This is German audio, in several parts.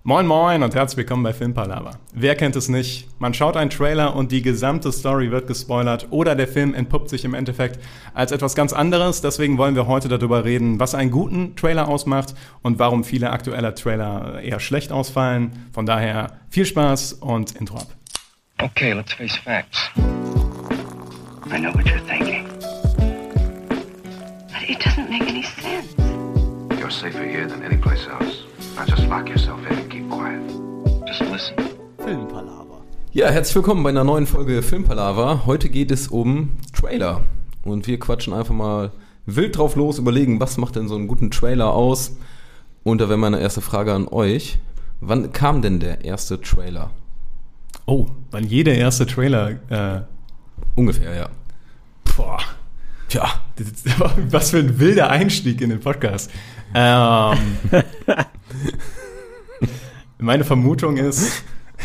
Moin Moin und herzlich willkommen bei Filmpalava. Wer kennt es nicht? Man schaut einen Trailer und die gesamte Story wird gespoilert oder der Film entpuppt sich im Endeffekt als etwas ganz anderes. Deswegen wollen wir heute darüber reden, was einen guten Trailer ausmacht und warum viele aktuelle Trailer eher schlecht ausfallen. Von daher viel Spaß und Intro ab. Okay, let's face facts. I know what you're thinking. But it doesn't make any sense. You're safer here than any place else. Now just lock yourself in and keep quiet. Just listen. Filmpalava. Ja, herzlich willkommen bei einer neuen Folge Filmpalava. Heute geht es um Trailer. Und wir quatschen einfach mal wild drauf los, überlegen, was macht denn so einen guten Trailer aus? Und da wäre meine erste Frage an euch. Wann kam denn der erste Trailer? Oh, wann jeder erste Trailer... Ungefähr, ja. Boah. Tja, was für ein wilder Einstieg in den Podcast. Meine Vermutung ist,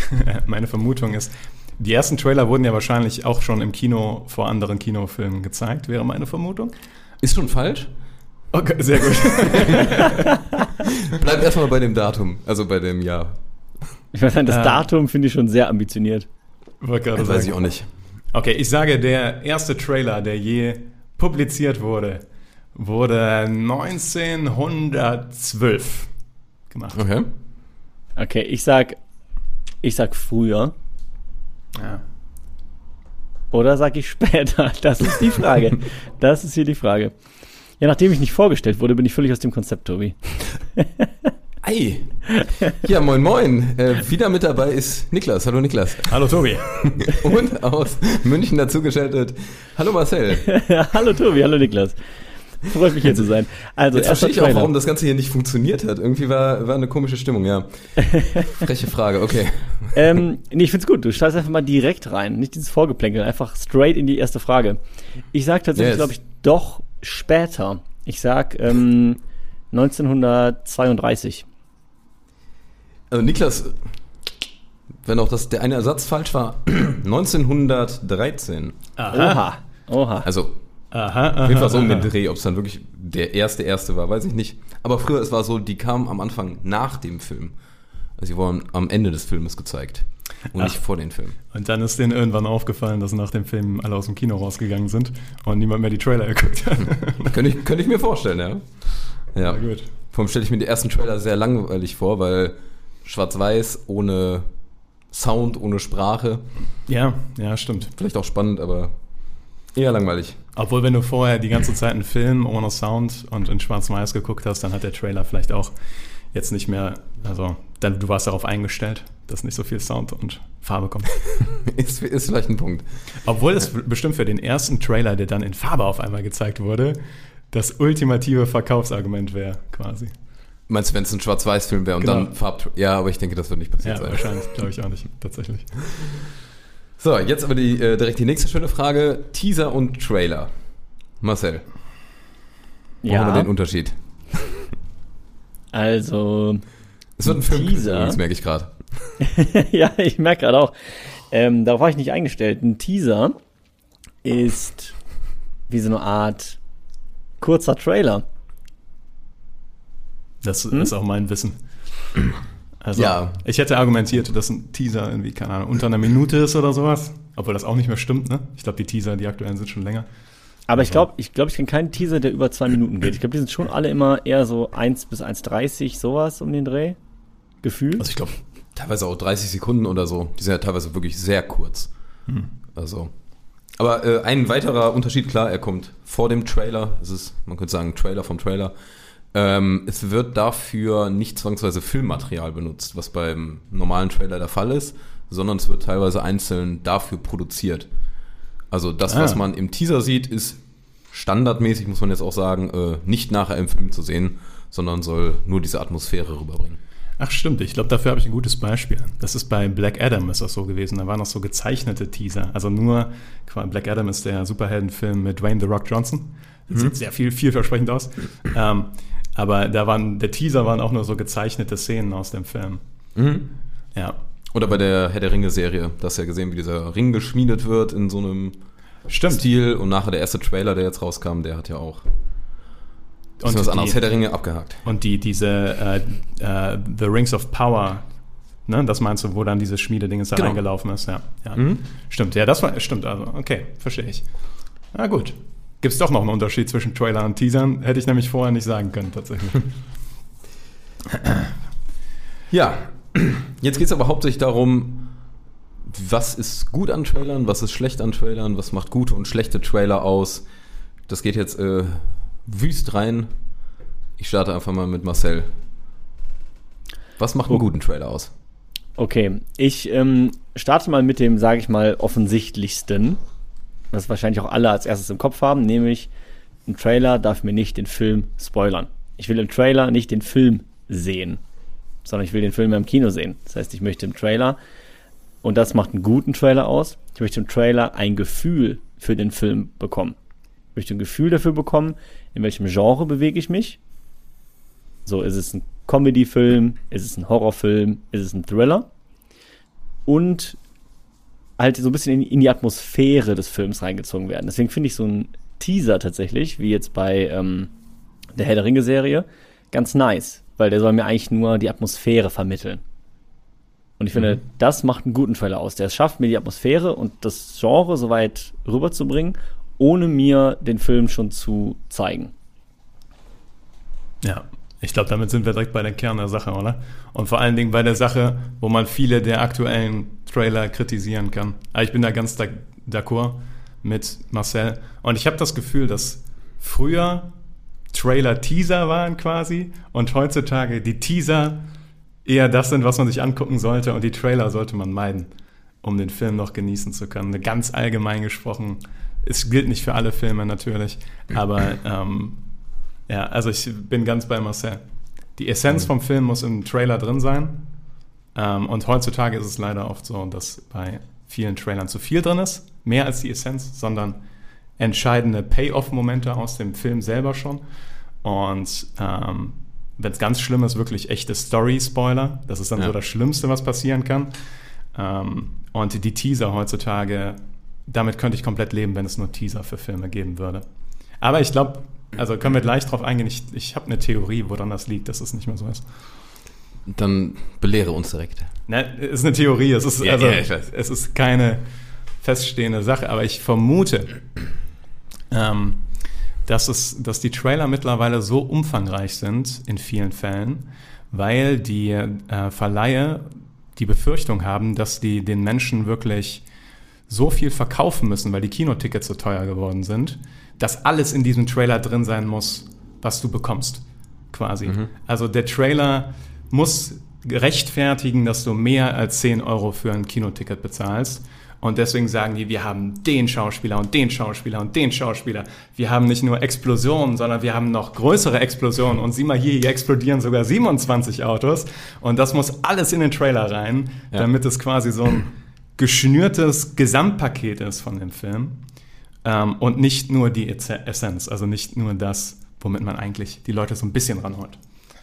die ersten Trailer wurden ja wahrscheinlich auch schon im Kino vor anderen Kinofilmen gezeigt, wäre meine Vermutung. Ist schon falsch? Okay, sehr gut. Bleib erstmal bei dem Datum, also bei dem Jahr. Ich weiß nicht, das Datum finde ich schon sehr ambitioniert. Das weiß ich auch nicht. Okay, ich sage, der erste Trailer, der je publiziert wurde 1912 gemacht. Okay, ich sag früher. Ja. Oder sag ich später? Das ist die Frage. Das ist hier die Frage. Ja, nachdem ich nicht vorgestellt wurde, bin ich völlig aus dem Konzept, Tobi. Ei! Ja, moin moin. Wieder mit dabei ist Niklas. Hallo Niklas. Hallo Tobi. Und aus München dazugeschaltet. Hallo Marcel. Hallo Tobi, hallo Niklas. Freut mich hier zu sein. Also, jetzt verstehe ich auch, warum das Ganze hier nicht funktioniert hat. Irgendwie war eine komische Stimmung, ja. Freche Frage, okay. Nee, ich find's gut. Du steigst einfach mal direkt rein. Nicht dieses Vorgeplänkel, einfach straight in die erste Frage. Ich sag tatsächlich, glaube ich, doch später. Ich sag 1932. Also Niklas, wenn auch der eine Ersatz falsch war, 1913. Oha. Also auf jeden Fall so um den Dreh, ob es dann wirklich der erste war, weiß ich nicht. Aber früher, es war so, die kamen am Anfang nach dem Film. Also sie wurden am Ende des Filmes gezeigt und nicht vor dem Film. Und dann ist denen irgendwann aufgefallen, dass nach dem Film alle aus dem Kino rausgegangen sind und niemand mehr die Trailer geguckt hat. Könnte ich mir vorstellen, ja. Ja, gut. Vor allem stelle ich mir die ersten Trailer sehr langweilig vor, weil schwarz-weiß, ohne Sound, ohne Sprache. Ja, stimmt. Vielleicht auch spannend, aber eher langweilig. Obwohl, wenn du vorher die ganze Zeit einen Film ohne Sound und in schwarz-weiß geguckt hast, dann hat der Trailer vielleicht auch jetzt nicht mehr, also du warst darauf eingestellt, dass nicht so viel Sound und Farbe kommt. ist vielleicht ein Punkt. Obwohl es bestimmt für den ersten Trailer, der dann in Farbe auf einmal gezeigt wurde, das ultimative Verkaufsargument wäre, quasi. Meinst du, wenn es ein Schwarz-Weiß-Film wäre und dann Ja, aber ich denke, das wird nicht passieren sein. Ja, wahrscheinlich, glaube ich auch nicht, tatsächlich. So, jetzt aber direkt die nächste schöne Frage. Teaser und Trailer. Marcel, wo haben wir den Unterschied? Also, es wird ein Film, das merke ich gerade. Ja, ich merke gerade auch. Darauf war ich nicht eingestellt. Ein Teaser ist wie so eine Art kurzer Trailer. Das ist auch mein Wissen. Also, ich hätte argumentiert, dass ein Teaser irgendwie, keine Ahnung, unter einer Minute ist oder sowas. Obwohl das auch nicht mehr stimmt, ne? Ich glaube, die Teaser, die aktuellen, sind schon länger. Aber ich glaube, ich kenne keinen Teaser, der über 2 Minuten geht. Ich glaube, die sind schon alle immer eher so 1 bis 1,30, sowas um den Dreh. Gefühl. Also ich glaube, teilweise auch 30 Sekunden oder so. Die sind ja teilweise wirklich sehr kurz. Also. Aber ein weiterer Unterschied, klar, er kommt vor dem Trailer. Es ist, man könnte sagen, Trailer vom Trailer. Es wird dafür nicht zwangsweise Filmmaterial benutzt, was beim normalen Trailer der Fall ist, sondern es wird teilweise einzeln dafür produziert. Also das, was man im Teaser sieht, ist standardmäßig, muss man jetzt auch sagen, nicht nachher im Film zu sehen, sondern soll nur diese Atmosphäre rüberbringen. Ach stimmt, ich glaube, dafür habe ich ein gutes Beispiel. Das ist bei Black Adam ist das so gewesen, da waren noch so gezeichnete Teaser. Also nur, Black Adam ist der Superheldenfilm mit Dwayne The Rock Johnson. Das sieht sehr vielversprechend aus. Aber der Teaser waren auch nur so gezeichnete Szenen aus dem Film. Ja. Oder bei der Herr der Ringe-Serie, da hast du ja gesehen, wie dieser Ring geschmiedet wird in so einem Stil. Und nachher der erste Trailer, der jetzt rauskam, der hat ja auch Das ist was anderes, Herr der Ringe abgehakt. Und diese The Rings of Power, ne, das meinst du, wo dann dieses Schmiededing da reingelaufen ist, ja. Stimmt, ja, stimmt, also, okay, verstehe ich. Na gut. Gibt es doch noch einen Unterschied zwischen Trailer und Teasern? Hätte ich nämlich vorher nicht sagen können, tatsächlich. Ja, jetzt geht es aber hauptsächlich darum, was ist gut an Trailern, was ist schlecht an Trailern, was macht gute und schlechte Trailer aus. Das geht jetzt wüst rein. Ich starte einfach mal mit Marcel. Was macht einen guten Trailer aus? Okay, ich starte mal mit dem, sage ich mal, offensichtlichsten, was wahrscheinlich auch alle als erstes im Kopf haben, nämlich ein Trailer darf mir nicht den Film spoilern. Ich will im Trailer nicht den Film sehen, sondern ich will den Film im Kino sehen. Das heißt, ich möchte im Trailer, und das macht einen guten Trailer aus, ich möchte im Trailer ein Gefühl für den Film bekommen. Ich möchte ein Gefühl dafür bekommen, in welchem Genre bewege ich mich. So, ist es ein Comedy-Film, ist es ein Horrorfilm, ist es ein Thriller? Und halt so ein bisschen in die Atmosphäre des Films reingezogen werden. Deswegen finde ich so einen Teaser tatsächlich, wie jetzt bei der Herr der Ringe-Serie, ganz nice, weil der soll mir eigentlich nur die Atmosphäre vermitteln. Und ich finde, das macht einen guten Trailer aus. Der es schafft, mir die Atmosphäre und das Genre so weit rüberzubringen, ohne mir den Film schon zu zeigen. Ja, ich glaube, damit sind wir direkt bei der Kern der Sache, oder? Und vor allen Dingen bei der Sache, wo man viele der aktuellen Trailer kritisieren kann. Aber ich bin da ganz d'accord mit Marcel. Und ich habe das Gefühl, dass früher Trailer Teaser waren quasi und heutzutage die Teaser eher das sind, was man sich angucken sollte, und die Trailer sollte man meiden, um den Film noch genießen zu können. Ganz allgemein gesprochen, es gilt nicht für alle Filme natürlich, aber ja, also ich bin ganz bei Marcel. Die Essenz vom Film muss im Trailer drin sein, und heutzutage ist es leider oft so, dass bei vielen Trailern zu viel drin ist, mehr als die Essenz, sondern entscheidende Payoff-Momente aus dem Film selber schon. Und wenn es ganz schlimm ist, wirklich echte Story-Spoiler. Das ist dann so das Schlimmste, was passieren kann. Und die Teaser heutzutage, damit könnte ich komplett leben, wenn es nur Teaser für Filme geben würde. Aber ich glaube, also können wir gleich drauf eingehen, ich habe eine Theorie, woran das liegt, dass es nicht mehr so ist. Dann belehre uns direkt. Ne, ist eine Theorie, es ist, es ist keine feststehende Sache, aber ich vermute, dass die Trailer mittlerweile so umfangreich sind in vielen Fällen, weil die Verleihe die Befürchtung haben, dass die den Menschen wirklich so viel verkaufen müssen, weil die Kinotickets so teuer geworden sind, dass alles in diesem Trailer drin sein muss, was du bekommst, quasi. Also der Trailer muss rechtfertigen, dass du mehr als 10 Euro für ein Kinoticket bezahlst. Und deswegen sagen die, wir haben den Schauspieler und den Schauspieler und den Schauspieler. Wir haben nicht nur Explosionen, sondern wir haben noch größere Explosionen. Und sieh mal hier explodieren sogar 27 Autos. Und das muss alles in den Trailer rein, damit es quasi so ein geschnürtes Gesamtpaket ist von dem Film. Und nicht nur die Essenz, also nicht nur das, womit man eigentlich die Leute so ein bisschen ranholt.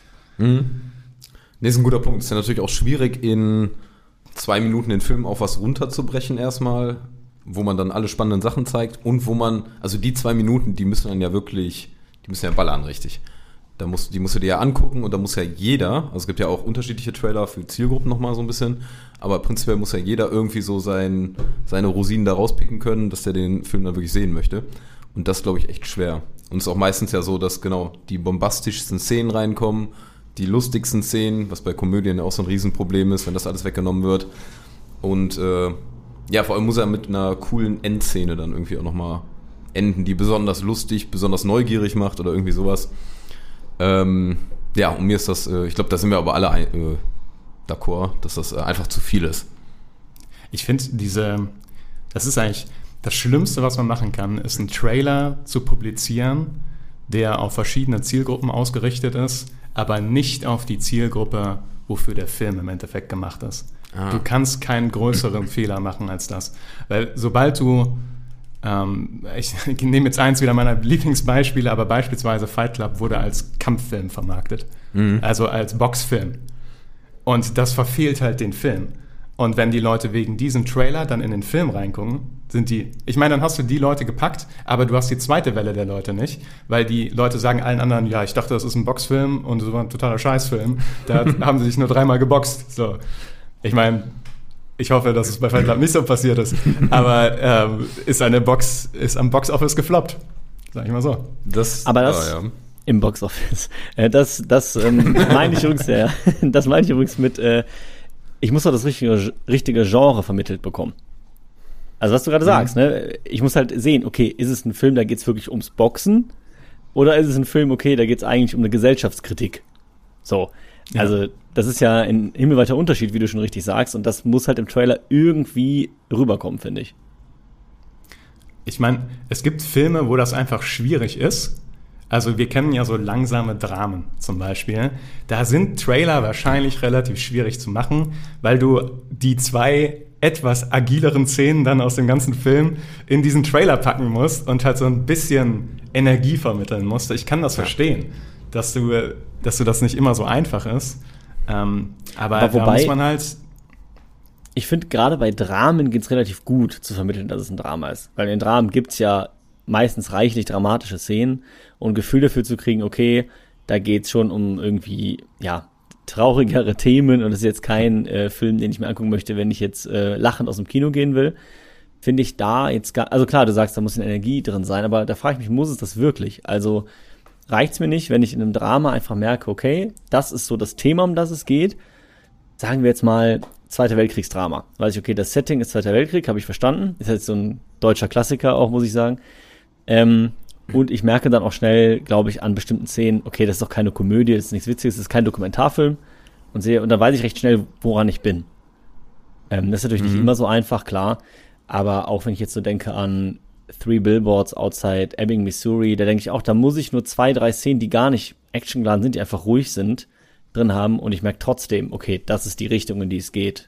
Nee, ist ein guter Punkt. Es ist ja natürlich auch schwierig, in 2 Minuten den Film auf was runterzubrechen erstmal, wo man dann alle spannenden Sachen zeigt und wo man, also die 2 Minuten, die müssen dann ja wirklich, die müssen ja ballern, richtig. Die musst du dir ja angucken, und da muss ja jeder, also es gibt ja auch unterschiedliche Trailer für Zielgruppen nochmal so ein bisschen, aber prinzipiell muss ja jeder irgendwie so seine Rosinen da rauspicken können, dass der den Film dann wirklich sehen möchte. Und das glaube ich echt schwer. Und es ist auch meistens ja so, dass genau die bombastischsten Szenen reinkommen, die lustigsten Szenen, was bei Komödien auch so ein Riesenproblem ist, wenn das alles weggenommen wird. Und ja, vor allem muss er mit einer coolen Endszene dann irgendwie auch nochmal enden, die besonders lustig, besonders neugierig macht oder irgendwie sowas. Ja, und mir ist das, ich glaube, da sind wir aber alle d'accord, dass das einfach zu viel ist. Ich finde das ist eigentlich das Schlimmste, was man machen kann, ist einen Trailer zu publizieren, der auf verschiedene Zielgruppen ausgerichtet ist, aber nicht auf die Zielgruppe, wofür der Film im Endeffekt gemacht ist. Du kannst keinen größeren Fehler machen als das. Weil sobald du, ich nehme jetzt eins wieder meiner Lieblingsbeispiele, aber beispielsweise Fight Club wurde als Kampffilm vermarktet. Also als Boxfilm. Und das verfehlt halt den Film. Und wenn die Leute wegen diesem Trailer dann in den Film reingucken, sind die. Ich meine, dann hast du die Leute gepackt, aber du hast die zweite Welle der Leute nicht, weil die Leute sagen allen anderen, ja, ich dachte, das ist ein Boxfilm und das war ein totaler Scheißfilm. Da haben sie sich nur 3-mal geboxt. So. Ich meine, ich hoffe, dass es bei Fight Club nicht so passiert ist, aber ist am Box-Office gefloppt. Sag ich mal so. Im Box-Office. Das meine ich übrigens, das meine ich übrigens mit, ich muss doch das richtige Genre vermittelt bekommen. Also was du gerade sagst, ne? Ich muss halt sehen, okay, ist es ein Film, da geht's wirklich ums Boxen? Oder ist es ein Film, okay, da geht's eigentlich um eine Gesellschaftskritik? So, also das ist ja ein himmelweiter Unterschied, wie du schon richtig sagst. Und das muss halt im Trailer irgendwie rüberkommen, finde ich. Ich meine, es gibt Filme, wo das einfach schwierig ist. Also wir kennen ja so langsame Dramen zum Beispiel. Da sind Trailer wahrscheinlich relativ schwierig zu machen, weil du die 2 etwas agileren Szenen dann aus dem ganzen Film in diesen Trailer packen musst und halt so ein bisschen Energie vermitteln musst. Ich kann das verstehen, dass du das nicht immer so einfach ist. Aber wobei, da muss man halt... Ich finde, gerade bei Dramen geht es relativ gut zu vermitteln, dass es ein Drama ist. Weil in Dramen gibt es ja meistens reichlich dramatische Szenen und ein Gefühl dafür zu kriegen, okay, da geht es schon um irgendwie, ja, traurigere Themen und das ist jetzt kein Film, den ich mir angucken möchte, wenn ich jetzt lachend aus dem Kino gehen will. Finde ich da jetzt also klar, du sagst, da muss eine Energie drin sein, aber da frage ich mich, muss es das wirklich? Also reicht's mir nicht, wenn ich in einem Drama einfach merke, okay, das ist so das Thema, um das es geht. Sagen wir jetzt mal Zweiter Weltkriegsdrama. Weiß ich, okay, das Setting ist Zweiter Weltkrieg, habe ich verstanden. Ist jetzt so ein deutscher Klassiker auch, muss ich sagen. Und ich merke dann auch schnell, glaube ich, an bestimmten Szenen, okay, das ist doch keine Komödie, das ist nichts Witziges, das ist kein Dokumentarfilm. Und dann weiß ich recht schnell, woran ich bin. Das ist natürlich nicht immer so einfach, klar. Aber auch wenn ich jetzt so denke an 3 Billboards Outside Ebbing, Missouri, da denke ich auch, da muss ich nur 2-3 Szenen, die gar nicht actiongeladen sind, die einfach ruhig sind, drin haben. Und ich merke trotzdem, okay, das ist die Richtung, in die es geht.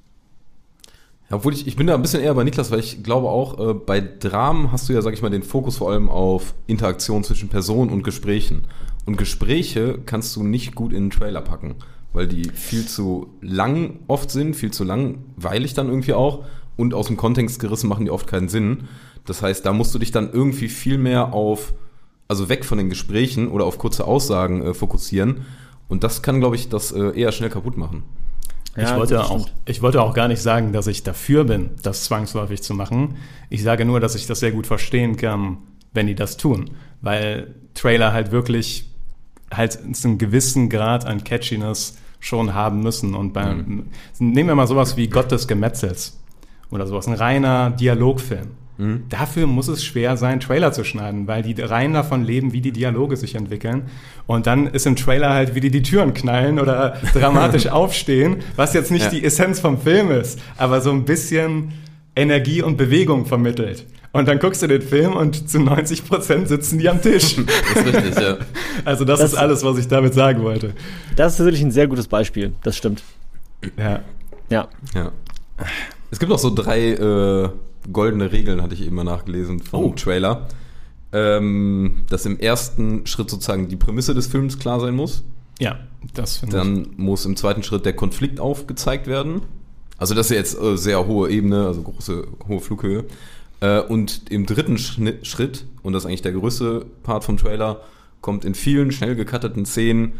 Ja, obwohl ich bin da ein bisschen eher bei Niklas, weil ich glaube auch, bei Dramen hast du ja, sag ich mal, den Fokus vor allem auf Interaktion zwischen Personen und Gesprächen. Und Gespräche kannst du nicht gut in einen Trailer packen, weil die viel zu lang oft sind, viel zu langweilig dann irgendwie auch und aus dem Kontext gerissen machen die oft keinen Sinn. Das heißt, da musst du dich dann irgendwie viel mehr also weg von den Gesprächen oder auf kurze Aussagen fokussieren. Und das kann, glaube ich, das eher schnell kaputt machen. Ja, ich wollte auch gar nicht sagen, dass ich dafür bin, das zwangsläufig zu machen. Ich sage nur, dass ich das sehr gut verstehen kann, wenn die das tun. Weil Trailer halt wirklich halt einen gewissen Grad an Catchiness schon haben müssen. Und nehmen wir mal sowas wie Gott des Gemetzels oder sowas, ein reiner Dialogfilm. Dafür muss es schwer sein, Trailer zu schneiden, weil die rein davon leben, wie die Dialoge sich entwickeln. Und dann ist im Trailer halt, wie die Türen knallen oder dramatisch aufstehen, was jetzt nicht die Essenz vom Film ist, aber so ein bisschen Energie und Bewegung vermittelt. Und dann guckst du den Film und zu 90% sitzen die am Tisch. Das ist richtig, ja. Also das ist alles, was ich damit sagen wollte. Das ist natürlich ein sehr gutes Beispiel, das stimmt. Ja. Es gibt auch so 3 goldene Regeln, hatte ich eben mal nachgelesen vom Trailer. Dass im ersten Schritt sozusagen die Prämisse des Films klar sein muss. Ja, das finde ich. Dann muss im zweiten Schritt der Konflikt aufgezeigt werden. Also das ist jetzt sehr hohe Ebene, also hohe Flughöhe. Und im dritten Schritt, und das ist eigentlich der größte Part vom Trailer, kommt in vielen schnell gecutteten Szenen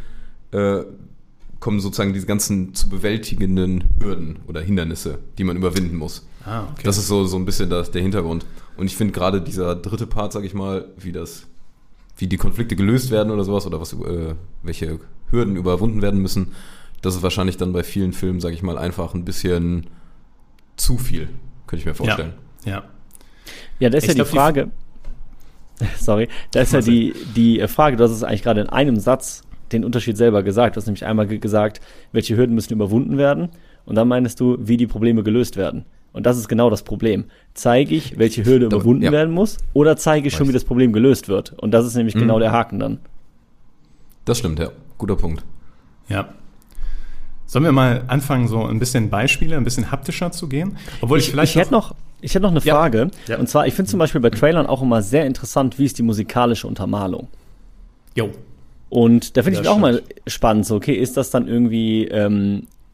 kommen sozusagen diese ganzen zu bewältigenden Hürden oder Hindernisse, die man überwinden muss. Okay. Das ist so ein bisschen der Hintergrund. Und ich finde gerade dieser dritte Part, sag ich mal, wie die Konflikte gelöst werden oder sowas oder welche Hürden überwunden werden müssen, das ist wahrscheinlich dann bei vielen Filmen, sag ich mal, einfach ein bisschen zu viel, könnte ich mir vorstellen. Ja, da ist ja die Frage, sorry, da ist ja die Frage, du hast es eigentlich gerade in einem Satz den Unterschied selber gesagt. Du hast nämlich einmal gesagt, welche Hürden müssen überwunden werden und dann meinst du, wie die Probleme gelöst werden. Und das ist genau das Problem. Zeige ich, welche Hürde überwunden werden muss oder zeige ich schon, wie das Problem gelöst wird? Und das ist nämlich genau der Haken dann. Das stimmt, ja. Guter Punkt. Ja. Sollen wir mal anfangen, so ein bisschen Beispiele, ein bisschen haptischer zu gehen? Obwohl ich hätte noch eine Frage. Ja. Und zwar, ich finde zum Beispiel bei Trailern auch immer sehr interessant, wie ist die musikalische Untermalung? Jo. Und da finde ich auch mal spannend, so, okay, ist das dann irgendwie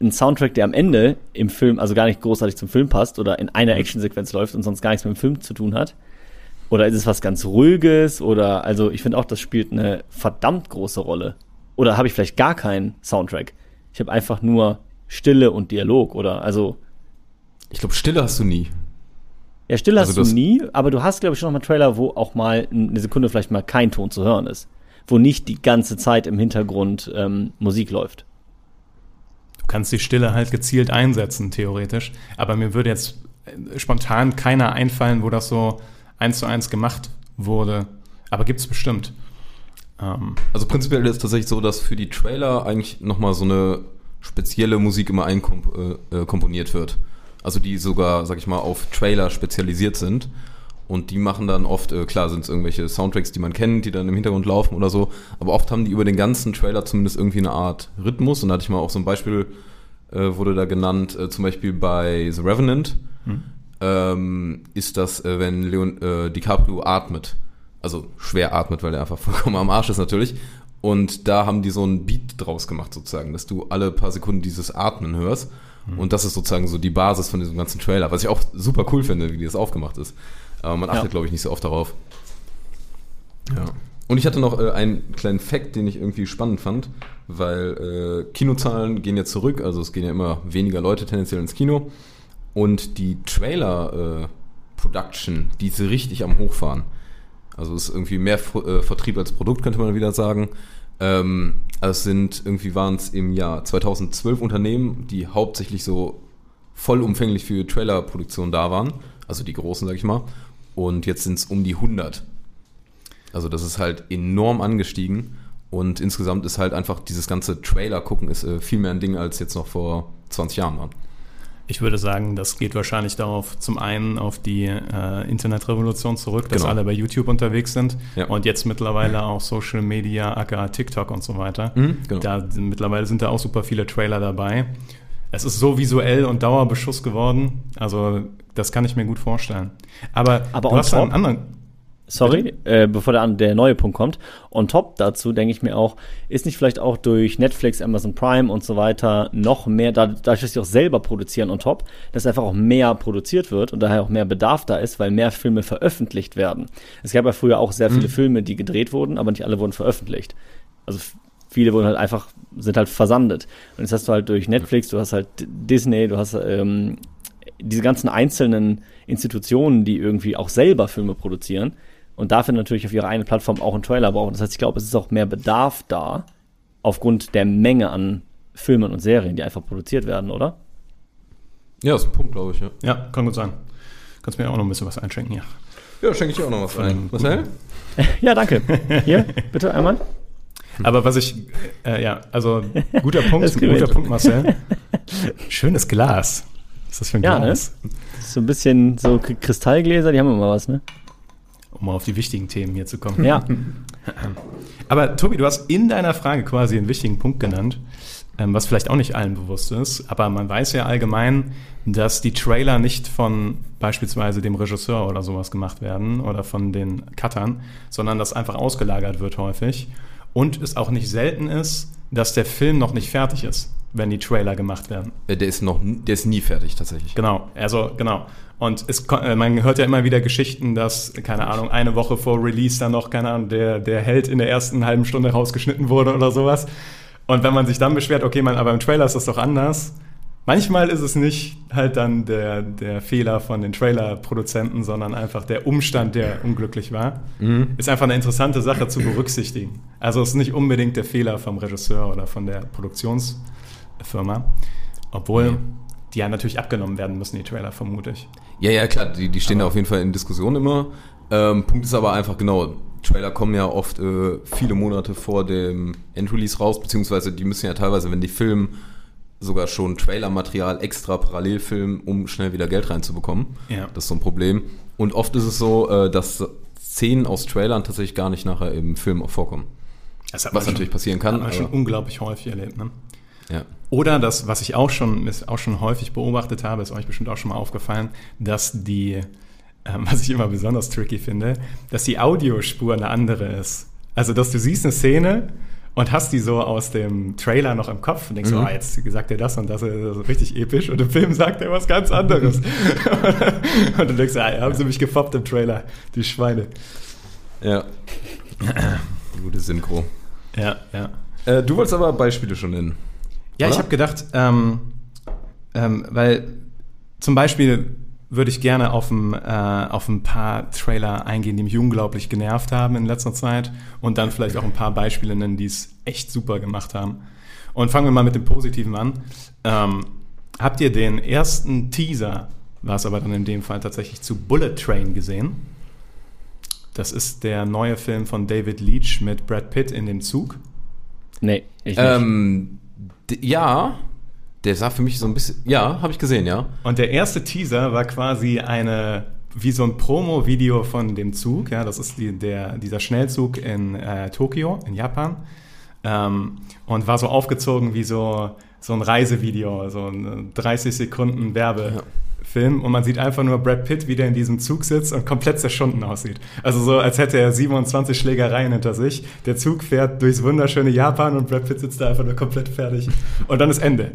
ein Soundtrack, der am Ende im Film, also gar nicht großartig zum Film passt oder in einer Actionsequenz läuft und sonst gar nichts mit dem Film zu tun hat? Oder ist es was ganz Ruhiges? Oder, also ich finde auch, das spielt eine verdammt große Rolle. Oder habe ich vielleicht gar keinen Soundtrack? Ich habe einfach nur Stille und Dialog, oder? Also. Ich glaube, Stille hast du nie. Ja, Stille hast du nie, aber du hast, glaube ich, schon noch mal Trailer, wo auch mal eine Sekunde vielleicht mal kein Ton zu hören ist. Wo nicht die ganze Zeit im Hintergrund Musik läuft. Du kannst die Stille halt gezielt einsetzen, theoretisch. Aber mir würde jetzt spontan keiner einfallen, wo das so 1:1 gemacht wurde. Aber gibt's bestimmt. Also prinzipiell ist es tatsächlich so, dass für die Trailer eigentlich nochmal so eine spezielle Musik immer komponiert wird. Also die sogar, sag ich mal, auf Trailer spezialisiert sind. Und die machen dann oft, klar sind es irgendwelche Soundtracks, die man kennt, die dann im Hintergrund laufen oder so. Aber oft haben die über den ganzen Trailer zumindest irgendwie eine Art Rhythmus. Und da hatte ich mal auch so ein Beispiel, wurde da genannt, zum Beispiel bei The Revenant. Ist das, wenn DiCaprio atmet. Also schwer atmet, weil er einfach vollkommen am Arsch ist natürlich. Und da haben die so einen Beat draus gemacht sozusagen, dass du alle paar Sekunden dieses Atmen hörst. Und das ist sozusagen so die Basis von diesem ganzen Trailer, was ich auch super cool finde, wie das aufgemacht ist. Aber man achtet, glaube ich, nicht so oft darauf. Ja. Und ich hatte noch einen kleinen Fact, den ich irgendwie spannend fand, weil Kinozahlen gehen ja zurück, also es gehen ja immer weniger Leute tendenziell ins Kino. Und die Trailer-Production, die ist richtig am Hochfahren. Also es ist irgendwie mehr Vertrieb als Produkt, könnte man wieder sagen. Also waren es im Jahr 2012 Unternehmen, die hauptsächlich so vollumfänglich für Trailerproduktion da waren. Also die großen, sag ich mal. Und jetzt sind es um die 100. Also das ist halt enorm angestiegen. Und insgesamt ist halt einfach dieses ganze Trailer-Gucken ist viel mehr ein Ding, als jetzt noch vor 20 Jahren war. Ich würde sagen, das geht wahrscheinlich darauf, zum einen auf die Internetrevolution zurück, dass alle bei YouTube unterwegs sind und jetzt mittlerweile auch Social Media, aka TikTok und so weiter. Mittlerweile sind da auch super viele Trailer dabei. Es ist so visuell und Dauerbeschuss geworden, also das kann ich mir gut vorstellen. Aber du hast einen anderen... Sorry, bevor der neue Punkt kommt. On top dazu denke ich mir auch, ist nicht vielleicht auch durch Netflix, Amazon Prime und so weiter noch mehr, dadurch, dass sie auch selber produzieren on top, dass einfach auch mehr produziert wird und daher auch mehr Bedarf da ist, weil mehr Filme veröffentlicht werden. Es gab ja früher auch sehr viele Filme, die gedreht wurden, aber nicht alle wurden veröffentlicht. Also viele wurden halt sind halt versandet. Und jetzt hast du halt durch Netflix, du hast halt Disney, du hast diese ganzen einzelnen Institutionen, die irgendwie auch selber Filme produzieren und dafür natürlich auf ihrer eigenen Plattform auch einen Trailer brauchen. Das heißt, ich glaube, es ist auch mehr Bedarf da, aufgrund der Menge an Filmen und Serien, die einfach produziert werden, oder? Ja, ist ein Punkt, glaube ich, ja. Ja, kann gut sein. Kannst mir auch noch ein bisschen was einschenken, ja. Ja, schenke ich dir auch noch was ein. Marcel? Ja, danke. Hier, bitte einmal. Aber was ich, guter Punkt, Marcel. Schönes Glas. Was ist das für ein Glas? Ne? So ein bisschen so Kristallgläser, die haben immer was, ne? Um mal auf die wichtigen Themen hier zu kommen. Ja. Aber Tobi, du hast in deiner Frage quasi einen wichtigen Punkt genannt, was vielleicht auch nicht allen bewusst ist, aber man weiß ja allgemein, dass die Trailer nicht von beispielsweise dem Regisseur oder sowas gemacht werden oder von den Cuttern, sondern dass einfach ausgelagert wird häufig und es auch nicht selten ist, dass der Film noch nicht fertig ist, wenn die Trailer gemacht werden. Der ist nie fertig tatsächlich. Genau. Und man hört ja immer wieder Geschichten, dass, keine Ahnung, eine Woche vor Release dann noch, keine Ahnung, der Held in der ersten halben Stunde rausgeschnitten wurde oder sowas. Und wenn man sich dann beschwert, okay, aber im Trailer ist das doch anders. Manchmal ist es nicht halt dann der Fehler von den Trailer-Produzenten, sondern einfach der Umstand, der unglücklich war. Ist einfach eine interessante Sache zu berücksichtigen. Also es ist nicht unbedingt der Fehler vom Regisseur oder von der Produktionsfirma. Obwohl die ja natürlich abgenommen werden müssen, die Trailer, vermute ich. Ja, klar, die stehen da auf jeden Fall in Diskussion immer. Punkt ist aber einfach, genau, Trailer kommen ja oft viele Monate vor dem Endrelease raus, beziehungsweise die müssen ja teilweise, wenn die filmen, sogar schon Trailermaterial extra parallel filmen, um schnell wieder Geld reinzubekommen. Ja. Das ist so ein Problem. Und oft ist es so, dass Szenen aus Trailern tatsächlich gar nicht nachher im Film auch vorkommen. Was natürlich passieren kann. Das hat man schon unglaublich häufig erlebt, ne? Ja. Oder das, was ich auch schon häufig beobachtet habe, ist euch bestimmt auch schon mal aufgefallen, dass was ich immer besonders tricky finde, dass die Audiospur eine andere ist. Also, dass du siehst eine Szene und hast die so aus dem Trailer noch im Kopf und denkst so, jetzt sagt er das und das ist richtig episch und im Film sagt er was ganz anderes. Und du denkst, haben sie mich gefoppt im Trailer, die Schweine. Ja. Gute Synchro. Ja. Du wolltest aber Beispiele schon nennen. Ja, oder? Ich habe gedacht, weil zum Beispiel würde ich gerne auf ein paar Trailer eingehen, die mich unglaublich genervt haben in letzter Zeit und dann vielleicht auch ein paar Beispiele nennen, die es echt super gemacht haben. Und fangen wir mal mit dem Positiven an. Habt ihr den ersten Teaser, war es aber dann in dem Fall tatsächlich, zu Bullet Train gesehen? Das ist der neue Film von David Leitch mit Brad Pitt in dem Zug. Nee, ich nicht. Ja, der sah für mich so ein bisschen... Ja, habe ich gesehen, ja. Und der erste Teaser war quasi wie so ein Promo-Video von dem Zug. Ja, das ist dieser Schnellzug in Tokio, in Japan. Und war so aufgezogen wie so ein Reisevideo, so ein 30 Sekunden Werbefilm. Und man sieht einfach nur Brad Pitt, wie der in diesem Zug sitzt und komplett zerschunden aussieht. Also so, als hätte er 27 Schlägereien hinter sich. Der Zug fährt durchs wunderschöne Japan und Brad Pitt sitzt da einfach nur komplett fertig. Und dann ist Ende.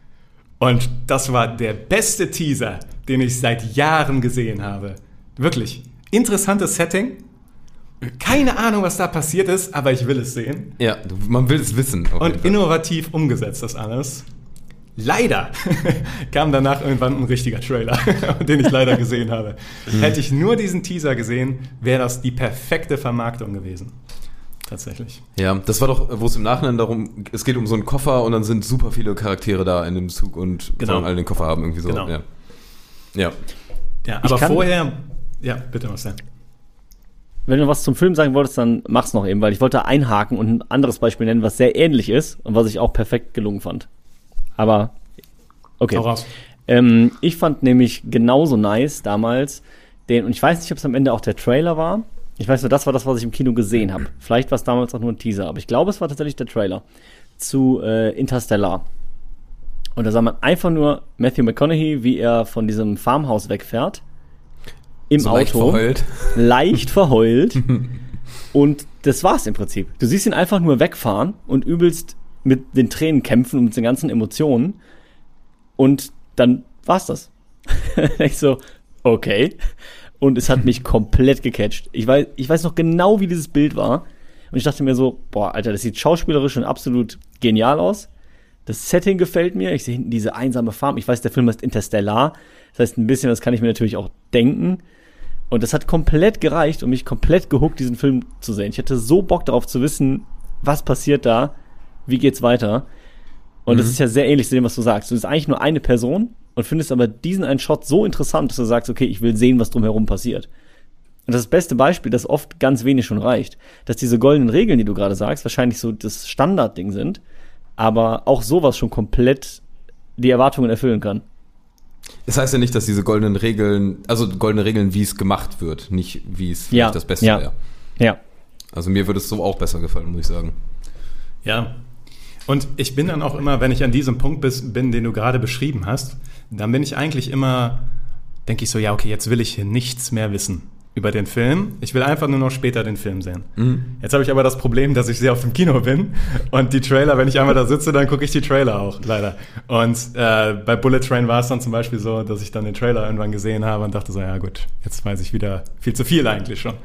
Und das war der beste Teaser, den ich seit Jahren gesehen habe. Wirklich. Interessantes Setting. Keine Ahnung, was da passiert ist, aber ich will es sehen. Ja, man will es wissen. Und innovativ umgesetzt das alles. Leider kam danach irgendwann ein richtiger Trailer, den ich leider gesehen habe. Hätte ich nur diesen Teaser gesehen, wäre das die perfekte Vermarktung gewesen. Tatsächlich. Ja, das war doch, wo es im Nachhinein darum, es geht um so einen Koffer und dann sind super viele Charaktere da in dem Zug und sollen alle den Koffer haben, irgendwie so. Genau. Ja, aber vorher, ja, bitte, was denn? Wenn du was zum Film sagen wolltest, dann mach's noch eben, weil ich wollte einhaken und ein anderes Beispiel nennen, was sehr ähnlich ist und was ich auch perfekt gelungen fand. Aber, okay. Hau raus. Ich fand nämlich genauso nice damals und ich weiß nicht, ob es am Ende auch der Trailer war. Ich weiß nur, das war das, was ich im Kino gesehen habe. Vielleicht war es damals auch nur ein Teaser, aber ich glaube, es war tatsächlich der Trailer zu Interstellar. Und da sah man einfach nur Matthew McConaughey, wie er von diesem Farmhaus wegfährt. Im so Auto. Leicht verheult. Leicht verheult. Und das war's im Prinzip. Du siehst ihn einfach nur wegfahren und übelst mit den Tränen kämpfen und mit den ganzen Emotionen. Und dann war's das. Ich so, okay. Und es hat mich komplett gecatcht. Ich weiß noch genau, wie dieses Bild war. Und ich dachte mir so, boah, Alter, das sieht schauspielerisch schon absolut genial aus. Das Setting gefällt mir. Ich sehe hinten diese einsame Farm. Ich weiß, der Film heißt Interstellar. Das heißt, ein bisschen, das kann ich mir natürlich auch denken. Und das hat komplett gereicht, um mich komplett gehuckt, diesen Film zu sehen. Ich hatte so Bock darauf zu wissen, was passiert da, wie geht's weiter. Und das ist ja sehr ähnlich zu dem, was du sagst. Du bist eigentlich nur eine Person und findest aber diesen einen Shot so interessant, dass du sagst, okay, ich will sehen, was drumherum passiert. Und das ist das beste Beispiel, dass oft ganz wenig schon reicht. Dass diese goldenen Regeln, die du gerade sagst, wahrscheinlich so das Standardding sind, aber auch sowas schon komplett die Erwartungen erfüllen kann. Das heißt ja nicht, dass diese goldene Regeln, wie es gemacht wird, nicht wie es vielleicht das Beste wäre. Ja. Also mir würde es so auch besser gefallen, muss ich sagen. Ja. Und ich bin dann auch immer, wenn ich an diesem Punkt bin, den du gerade beschrieben hast, dann bin ich eigentlich immer, denke ich so, ja, okay, jetzt will ich hier nichts mehr wissen über den Film. Ich will einfach nur noch später den Film sehen. Jetzt habe ich aber das Problem, dass ich sehr oft im Kino bin und die Trailer, wenn ich einmal da sitze, dann gucke ich die Trailer auch, leider. Und bei Bullet Train war es dann zum Beispiel so, dass ich dann den Trailer irgendwann gesehen habe und dachte so, ja gut, jetzt weiß ich wieder viel zu viel eigentlich schon.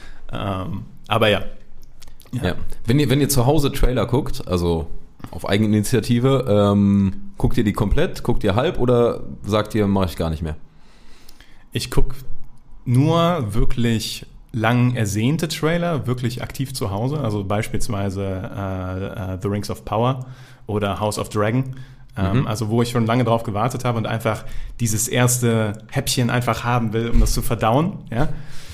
Aber ja. Wenn ihr zu Hause Trailer guckt, also auf Eigeninitiative, guckt ihr die komplett, guckt ihr halb oder sagt ihr, mache ich gar nicht mehr? Ich gucke nur wirklich lang ersehnte Trailer, wirklich aktiv zu Hause, also beispielsweise The Rings of Power oder House of Dragon, also wo ich schon lange drauf gewartet habe und einfach dieses erste Häppchen einfach haben will, um das zu verdauen, ja.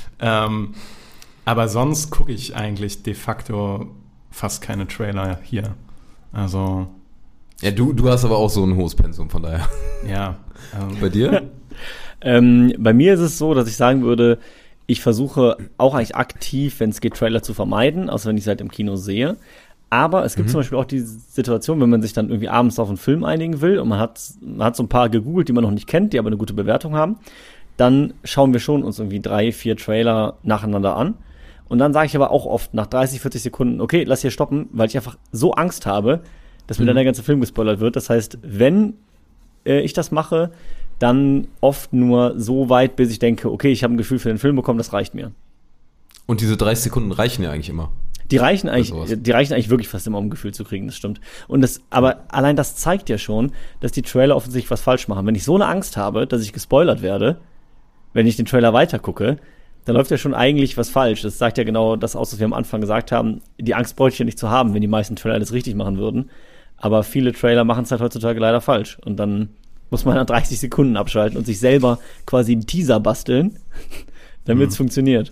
Aber sonst gucke ich eigentlich de facto fast keine Trailer hier. Also. Ja, du hast aber auch so ein hohes Pensum, von daher. Ja. Bei dir? Bei mir ist es so, dass ich sagen würde, ich versuche auch eigentlich aktiv, wenn es geht, Trailer zu vermeiden, außer wenn ich es halt im Kino sehe. Aber es gibt zum Beispiel auch die Situation, wenn man sich dann irgendwie abends auf einen Film einigen will und man hat so ein paar gegoogelt, die man noch nicht kennt, die aber eine gute Bewertung haben, dann schauen wir schon uns irgendwie 3-4 Trailer nacheinander an. Und dann sage ich aber auch oft nach 30, 40 Sekunden, okay, lass hier stoppen, weil ich einfach so Angst habe, dass mir dann der ganze Film gespoilert wird. Das heißt, wenn ich das mache, dann oft nur so weit, bis ich denke, okay, ich habe ein Gefühl für den Film bekommen, das reicht mir. Und diese 30 Sekunden reichen ja eigentlich immer. Die reichen eigentlich wirklich fast immer, um ein Gefühl zu kriegen, das stimmt. Aber allein das zeigt ja schon, dass die Trailer offensichtlich was falsch machen. Wenn ich so eine Angst habe, dass ich gespoilert werde, wenn ich den Trailer weitergucke, dann läuft ja schon eigentlich was falsch. Das sagt ja genau das aus, was wir am Anfang gesagt haben. Die Angst bräuchte ich ja nicht zu haben, wenn die meisten Trailer alles richtig machen würden. Aber viele Trailer machen es halt heutzutage leider falsch. Und dann muss man nach 30 Sekunden abschalten und sich selber quasi einen Teaser basteln, damit es funktioniert.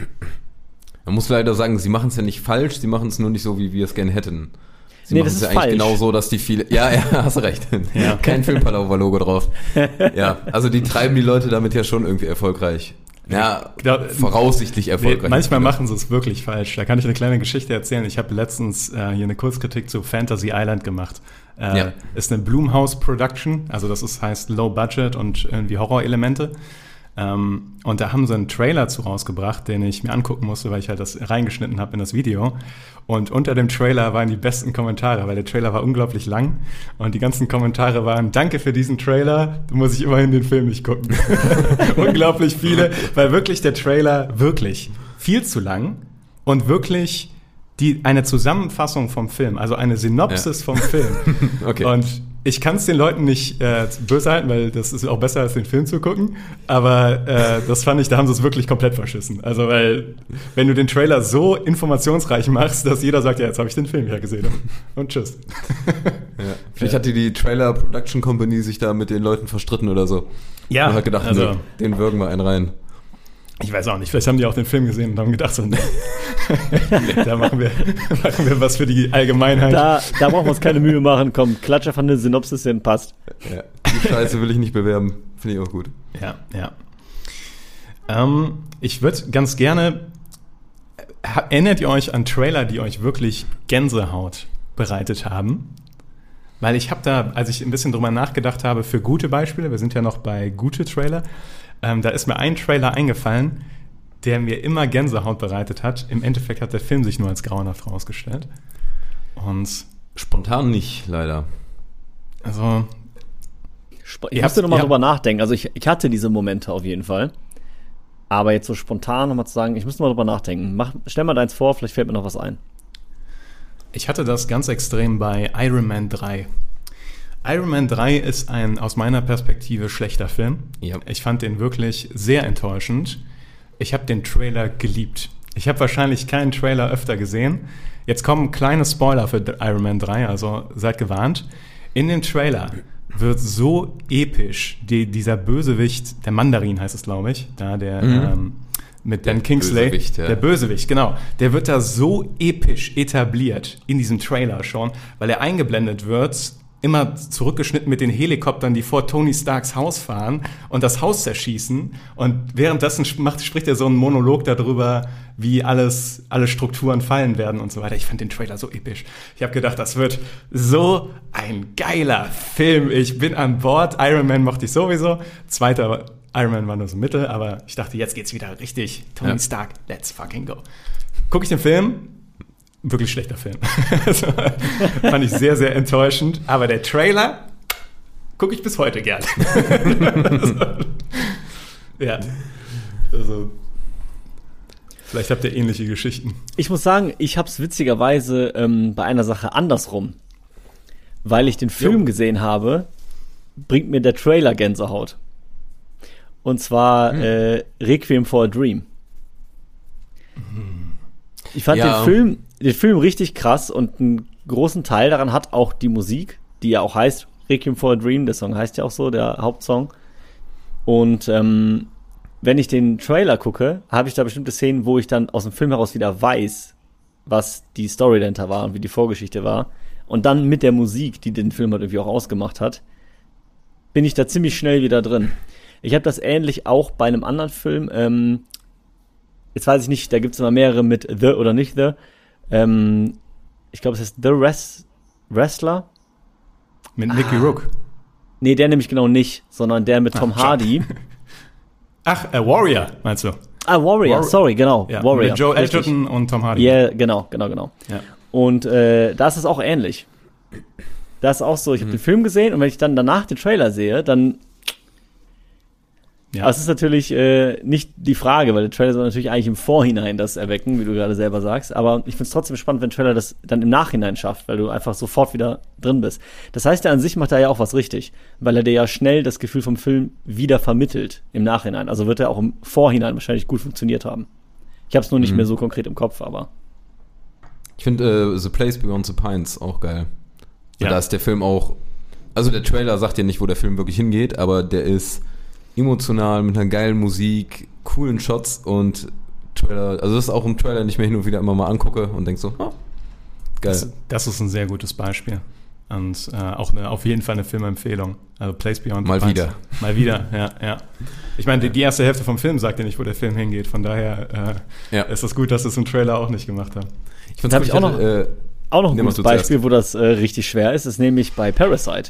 Man muss leider sagen, sie machen es ja nicht falsch, sie machen es nur nicht so, wie wir es gerne hätten. Sie machen es ja eigentlich genau so, dass die viele... Ja, hast recht. Ja. Kein Filmpalauber-Logo drauf. Ja, also die treiben die Leute damit ja schon irgendwie erfolgreich. Ja, voraussichtlich erfolgreich. Manchmal machen sie es wirklich falsch. Da kann ich eine kleine Geschichte erzählen. Ich habe letztens hier eine Kurzkritik zu Fantasy Island gemacht. Ist eine Blumhouse-Production, also das heißt Low Budget und irgendwie Horrorelemente. Und da haben sie einen Trailer zu rausgebracht, den ich mir angucken musste, weil ich halt das reingeschnitten habe in das Video. Und unter dem Trailer waren die besten Kommentare, weil der Trailer war unglaublich lang. Und die ganzen Kommentare waren, danke für diesen Trailer, du musst ich immerhin den Film nicht gucken. Unglaublich viele, weil wirklich der Trailer wirklich viel zu lang und wirklich eine Zusammenfassung vom Film, also eine Synopsis vom Film. Okay. Und ich kann es den Leuten nicht böse halten, weil das ist auch besser, als den Film zu gucken. Aber das fand ich, da haben sie es wirklich komplett verschissen. Also, weil, wenn du den Trailer so informationsreich machst, dass jeder sagt, ja, jetzt habe ich den Film ja gesehen. Und tschüss. Ja. Vielleicht hat die Trailer Production Company sich da mit den Leuten verstritten oder so. Ja. Und hat gedacht, also, nee, den würgen wir einen rein. Ich weiß auch nicht, vielleicht haben die auch den Film gesehen und haben gedacht, so, nee, da machen wir was für die Allgemeinheit. Da brauchen wir uns keine Mühe machen, komm, klatsch einfach eine Synopsis hin, passt. Ja, die Scheiße will ich nicht bewerben, finde ich auch gut. Ja. Ich würde ganz gerne, erinnert ihr euch an Trailer, die euch wirklich Gänsehaut bereitet haben? Weil ich habe da, als ich ein bisschen drüber nachgedacht habe, für gute Beispiele, wir sind ja noch bei gute Trailer, da ist mir ein Trailer eingefallen, der mir immer Gänsehaut bereitet hat. Im Endeffekt hat der Film sich nur als grauenhaft rausgestellt. Und spontan nicht, leider. Also ich musste nochmal drüber nachdenken. Also ich hatte diese Momente auf jeden Fall. Aber jetzt so spontan nochmal zu sagen, ich müsste mal drüber nachdenken. Stell mal deins vor, vielleicht fällt mir noch was ein. Ich hatte das ganz extrem bei Iron Man 3. Iron Man 3 ist ein aus meiner Perspektive schlechter Film. Ja. Ich fand den wirklich sehr enttäuschend. Ich habe den Trailer geliebt. Ich habe wahrscheinlich keinen Trailer öfter gesehen. Jetzt kommen kleine Spoiler für Iron Man 3, also seid gewarnt. In dem Trailer wird so episch dieser Bösewicht, der Mandarin heißt es, glaube ich, da der mit Ben Kingsley, Bösewicht, ja. Der Bösewicht, genau. Der wird da so episch etabliert in diesem Trailer schon, weil er eingeblendet wird, immer zurückgeschnitten mit den Helikoptern, die vor Tony Starks Haus fahren und das Haus zerschießen. Und währenddessen spricht er so einen Monolog darüber, wie alle Strukturen fallen werden und so weiter. Ich fand den Trailer so episch. Ich habe gedacht, das wird so ein geiler Film. Ich bin an Bord. Iron Man mochte ich sowieso. Zweiter Iron Man war nur so mittel, aber ich dachte, jetzt geht's wieder richtig. Tony Stark, let's fucking go. Guck ich den Film? Wirklich schlechter Film. Also, fand ich sehr, sehr enttäuschend. Aber der Trailer gucke ich bis heute gern. Ja. Also, vielleicht habt ihr ähnliche Geschichten. Ich muss sagen, ich habe es witzigerweise bei einer Sache andersrum. Weil ich den Film gesehen habe, bringt mir der Trailer Gänsehaut. Und zwar Requiem for a Dream. Ich fand den Film richtig krass und einen großen Teil daran hat auch die Musik, die ja auch heißt Requiem for a Dream, der Song heißt ja auch so, der Hauptsong. Und wenn ich den Trailer gucke, habe ich da bestimmte Szenen, wo ich dann aus dem Film heraus wieder weiß, was die Story dahinter war und wie die Vorgeschichte war. Und dann mit der Musik, die den Film halt irgendwie auch ausgemacht hat, bin ich da ziemlich schnell wieder drin. Ich habe das ähnlich auch bei einem anderen Film, jetzt weiß ich nicht, da gibt es immer mehrere mit The oder nicht The. Ich glaube, es heißt The Wrestler. Mit Mickey Rourke. Nee, der nämlich genau nicht, sondern der mit Tom Hardy. Ach, Warrior, meinst du? Warrior, sorry, genau. Ja, Warrior. mit Joe Richtig. Edgerton und Tom Hardy. Ja, genau. Ja. Und da ist es auch ähnlich. Da ist auch so, ich habe den Film gesehen und wenn ich dann danach den Trailer sehe, dann aber es ist natürlich nicht die Frage, weil der Trailer soll natürlich eigentlich im Vorhinein das erwecken, wie du gerade selber sagst. Aber ich finde es trotzdem spannend, wenn der Trailer das dann im Nachhinein schafft, weil du einfach sofort wieder drin bist. Das heißt, er an sich macht da ja auch was richtig, weil er dir ja schnell das Gefühl vom Film wieder vermittelt im Nachhinein. Also wird er auch im Vorhinein wahrscheinlich gut funktioniert haben. Ich habe es nur nicht mehr so konkret im Kopf, aber Ich finde The Place Beyond the Pines auch geil. Ja. Da ist der Film auch, also der Trailer sagt ja nicht, wo der Film wirklich hingeht, aber der ist emotional, mit einer geilen Musik, coolen Shots und Trailer, also das ist auch im Trailer, den ich mir hin und wieder immer mal angucke und denke so, geil. Das ist ein sehr gutes Beispiel. Und auch auf jeden Fall eine Filmempfehlung. Also Place Beyond Mal the Pines. wieder. Mal wieder, ja. Ich meine, die erste Hälfte vom Film sagt ja nicht, wo der Film hingeht. Von daher ist es gut, dass es im Trailer auch nicht gemacht haben. Ich find's da habe cool, ich auch noch ein nimm gutes mal du Beispiel, wo das richtig schwer ist nämlich bei Parasite.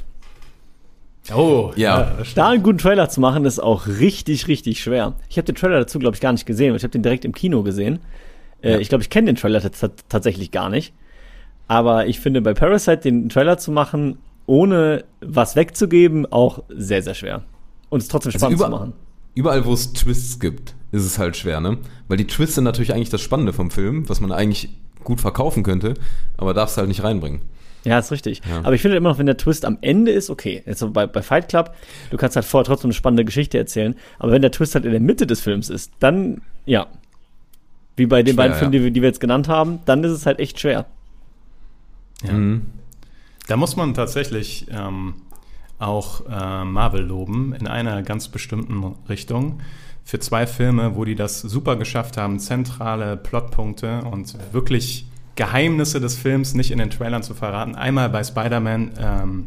Oh, Ja. das stimmt. Da einen guten Trailer zu machen, ist auch richtig, richtig schwer. Ich habe den Trailer dazu, glaube ich, gar nicht gesehen, weil ich habe den direkt im Kino gesehen. Ich glaube, ich kenne den Trailer tatsächlich gar nicht. Aber ich finde, bei Parasite den Trailer zu machen, ohne was wegzugeben, auch sehr, sehr schwer. Und es trotzdem spannend zu machen. Überall, wo es Twists gibt, ist es halt schwer, ne? Weil die Twists sind natürlich eigentlich das Spannende vom Film, was man eigentlich gut verkaufen könnte, aber darfst halt nicht reinbringen. Ja, ist richtig. Ja. Aber ich finde immer noch, wenn der Twist am Ende ist, okay. Jetzt so bei Fight Club, du kannst halt vorher trotzdem eine spannende Geschichte erzählen, aber wenn der Twist halt in der Mitte des Films ist, dann, ja. Wie bei den Schwer, beiden Filmen, die wir jetzt genannt haben, dann ist es halt echt schwer. Ja. Da muss man tatsächlich auch Marvel loben, in einer ganz bestimmten Richtung. Für 2 Filme, wo die das super geschafft haben, zentrale Plotpunkte und wirklich Geheimnisse des Films nicht in den Trailern zu verraten. Einmal bei Spider-Man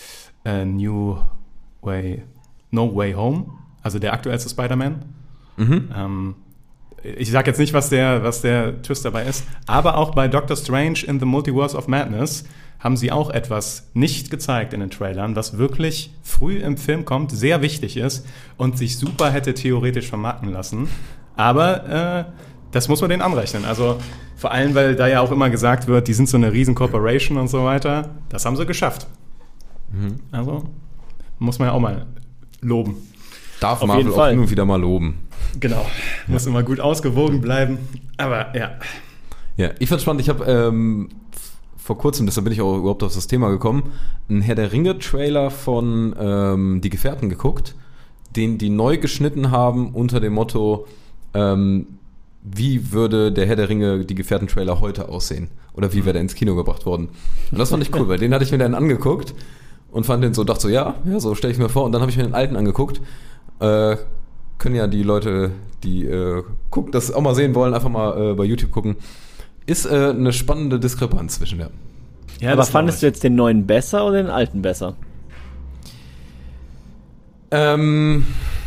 No Way Home, also der aktuellste Spider-Man. Ich sage jetzt nicht, was der Twist dabei ist, aber auch bei Doctor Strange in the Multiverse of Madness haben sie auch etwas nicht gezeigt in den Trailern, was wirklich früh im Film kommt, sehr wichtig ist und sich super hätte theoretisch vermarkten lassen. Aber das muss man denen anrechnen. Also vor allem, weil da ja auch immer gesagt wird, die sind so eine riesen Corporation und so weiter. Das haben sie geschafft. Also muss man ja auch mal loben. Darf Auf Marvel jeden auch Fall. hin und wieder mal loben. Genau. Muss immer gut ausgewogen bleiben. Aber ja. Ja, ich fand's spannend. Ich habe vor kurzem, deshalb bin ich auch überhaupt auf das Thema gekommen, einen Herr der Ringe-Trailer von Die Gefährten geguckt, den die neu geschnitten haben unter dem Motto, wie würde der Herr der Ringe Die Gefährten-Trailer heute aussehen? Oder wie wäre der ins Kino gebracht worden? Und das fand ich cool, weil den hatte ich mir dann angeguckt und fand den so, dachte so, ja, so stelle ich mir vor. Und dann habe ich mir den alten angeguckt. Können ja die Leute, die gucken, das auch mal sehen wollen, einfach mal bei YouTube gucken. Ist eine spannende Diskrepanz zwischen der. Ja, Aber das fandest du jetzt den neuen besser oder den alten besser? Waren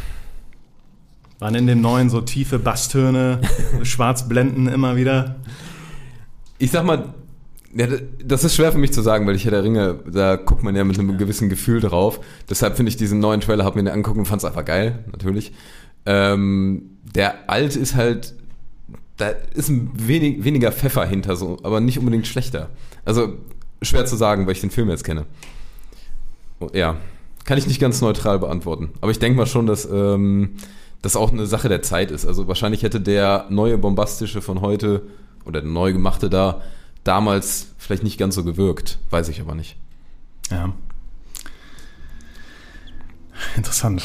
in dem neuen so tiefe Basstöne, Schwarzblenden immer wieder? Ich sag mal, ja, das ist schwer für mich zu sagen, weil ich Herr der Ringe, da guckt man ja mit einem gewissen Gefühl drauf. Deshalb finde ich diesen neuen Trailer, hab mir den angeguckt und fand es einfach geil, natürlich. Der alte ist halt, da ist ein weniger Pfeffer hinter so, aber nicht unbedingt schlechter. Also schwer zu sagen, weil ich den Film jetzt kenne. Ja, kann ich nicht ganz neutral beantworten. Aber ich denke mal schon, dass das auch eine Sache der Zeit ist. Also wahrscheinlich hätte der neue bombastische von heute oder der neu gemachte da damals vielleicht nicht ganz so gewirkt. Weiß ich aber nicht. Ja. Interessant.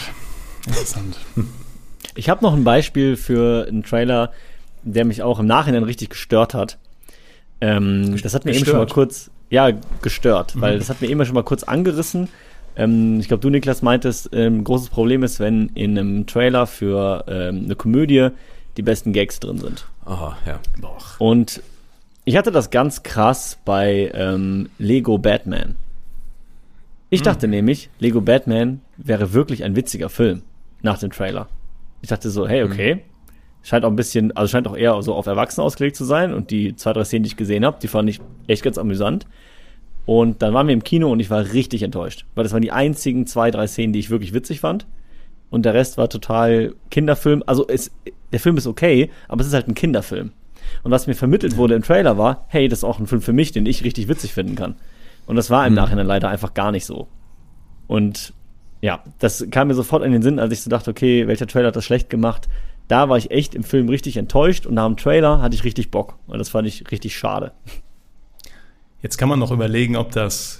Ich habe noch ein Beispiel für einen Trailer, der mich auch im Nachhinein richtig gestört hat. Das hat mir eben schon mal kurz, gestört, weil das hat mir eben schon mal kurz angerissen. Ich glaube, du, Niklas, meintest, großes Problem ist, wenn in einem Trailer für eine Komödie die besten Gags drin sind. Aha, ja. Boah. Und ich hatte das ganz krass bei Lego Batman. Ich dachte nämlich, Lego Batman wäre wirklich ein witziger Film nach dem Trailer. Ich dachte so, hey, okay, scheint auch ein bisschen, also scheint auch eher so auf Erwachsene ausgelegt zu sein. Und die 2, 3 Szenen, die ich gesehen habe, die fand ich echt ganz amüsant. Und dann waren wir im Kino und ich war richtig enttäuscht, weil das waren die einzigen 2, 3 Szenen, die ich wirklich witzig fand. Und der Rest war total Kinderfilm. Also der Film ist okay, aber es ist halt ein Kinderfilm. Und was mir vermittelt wurde im Trailer war, hey, das ist auch ein Film für mich, den ich richtig witzig finden kann. Und das war im Nachhinein leider einfach gar nicht so. Und ja, das kam mir sofort in den Sinn, als ich so dachte, okay, welcher Trailer hat das schlecht gemacht? Da war ich echt im Film richtig enttäuscht und nach dem Trailer hatte ich richtig Bock. Und das fand ich richtig schade. Jetzt kann man noch überlegen, ob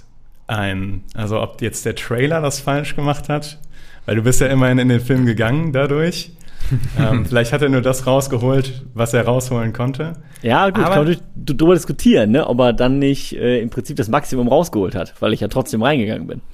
jetzt der Trailer das falsch gemacht hat. Weil du bist ja immerhin in den Film gegangen dadurch. Vielleicht hat er nur das rausgeholt, was er rausholen konnte. Ja, gut, kann man darüber diskutieren, ne? Ob er dann nicht im Prinzip das Maximum rausgeholt hat, weil ich ja trotzdem reingegangen bin.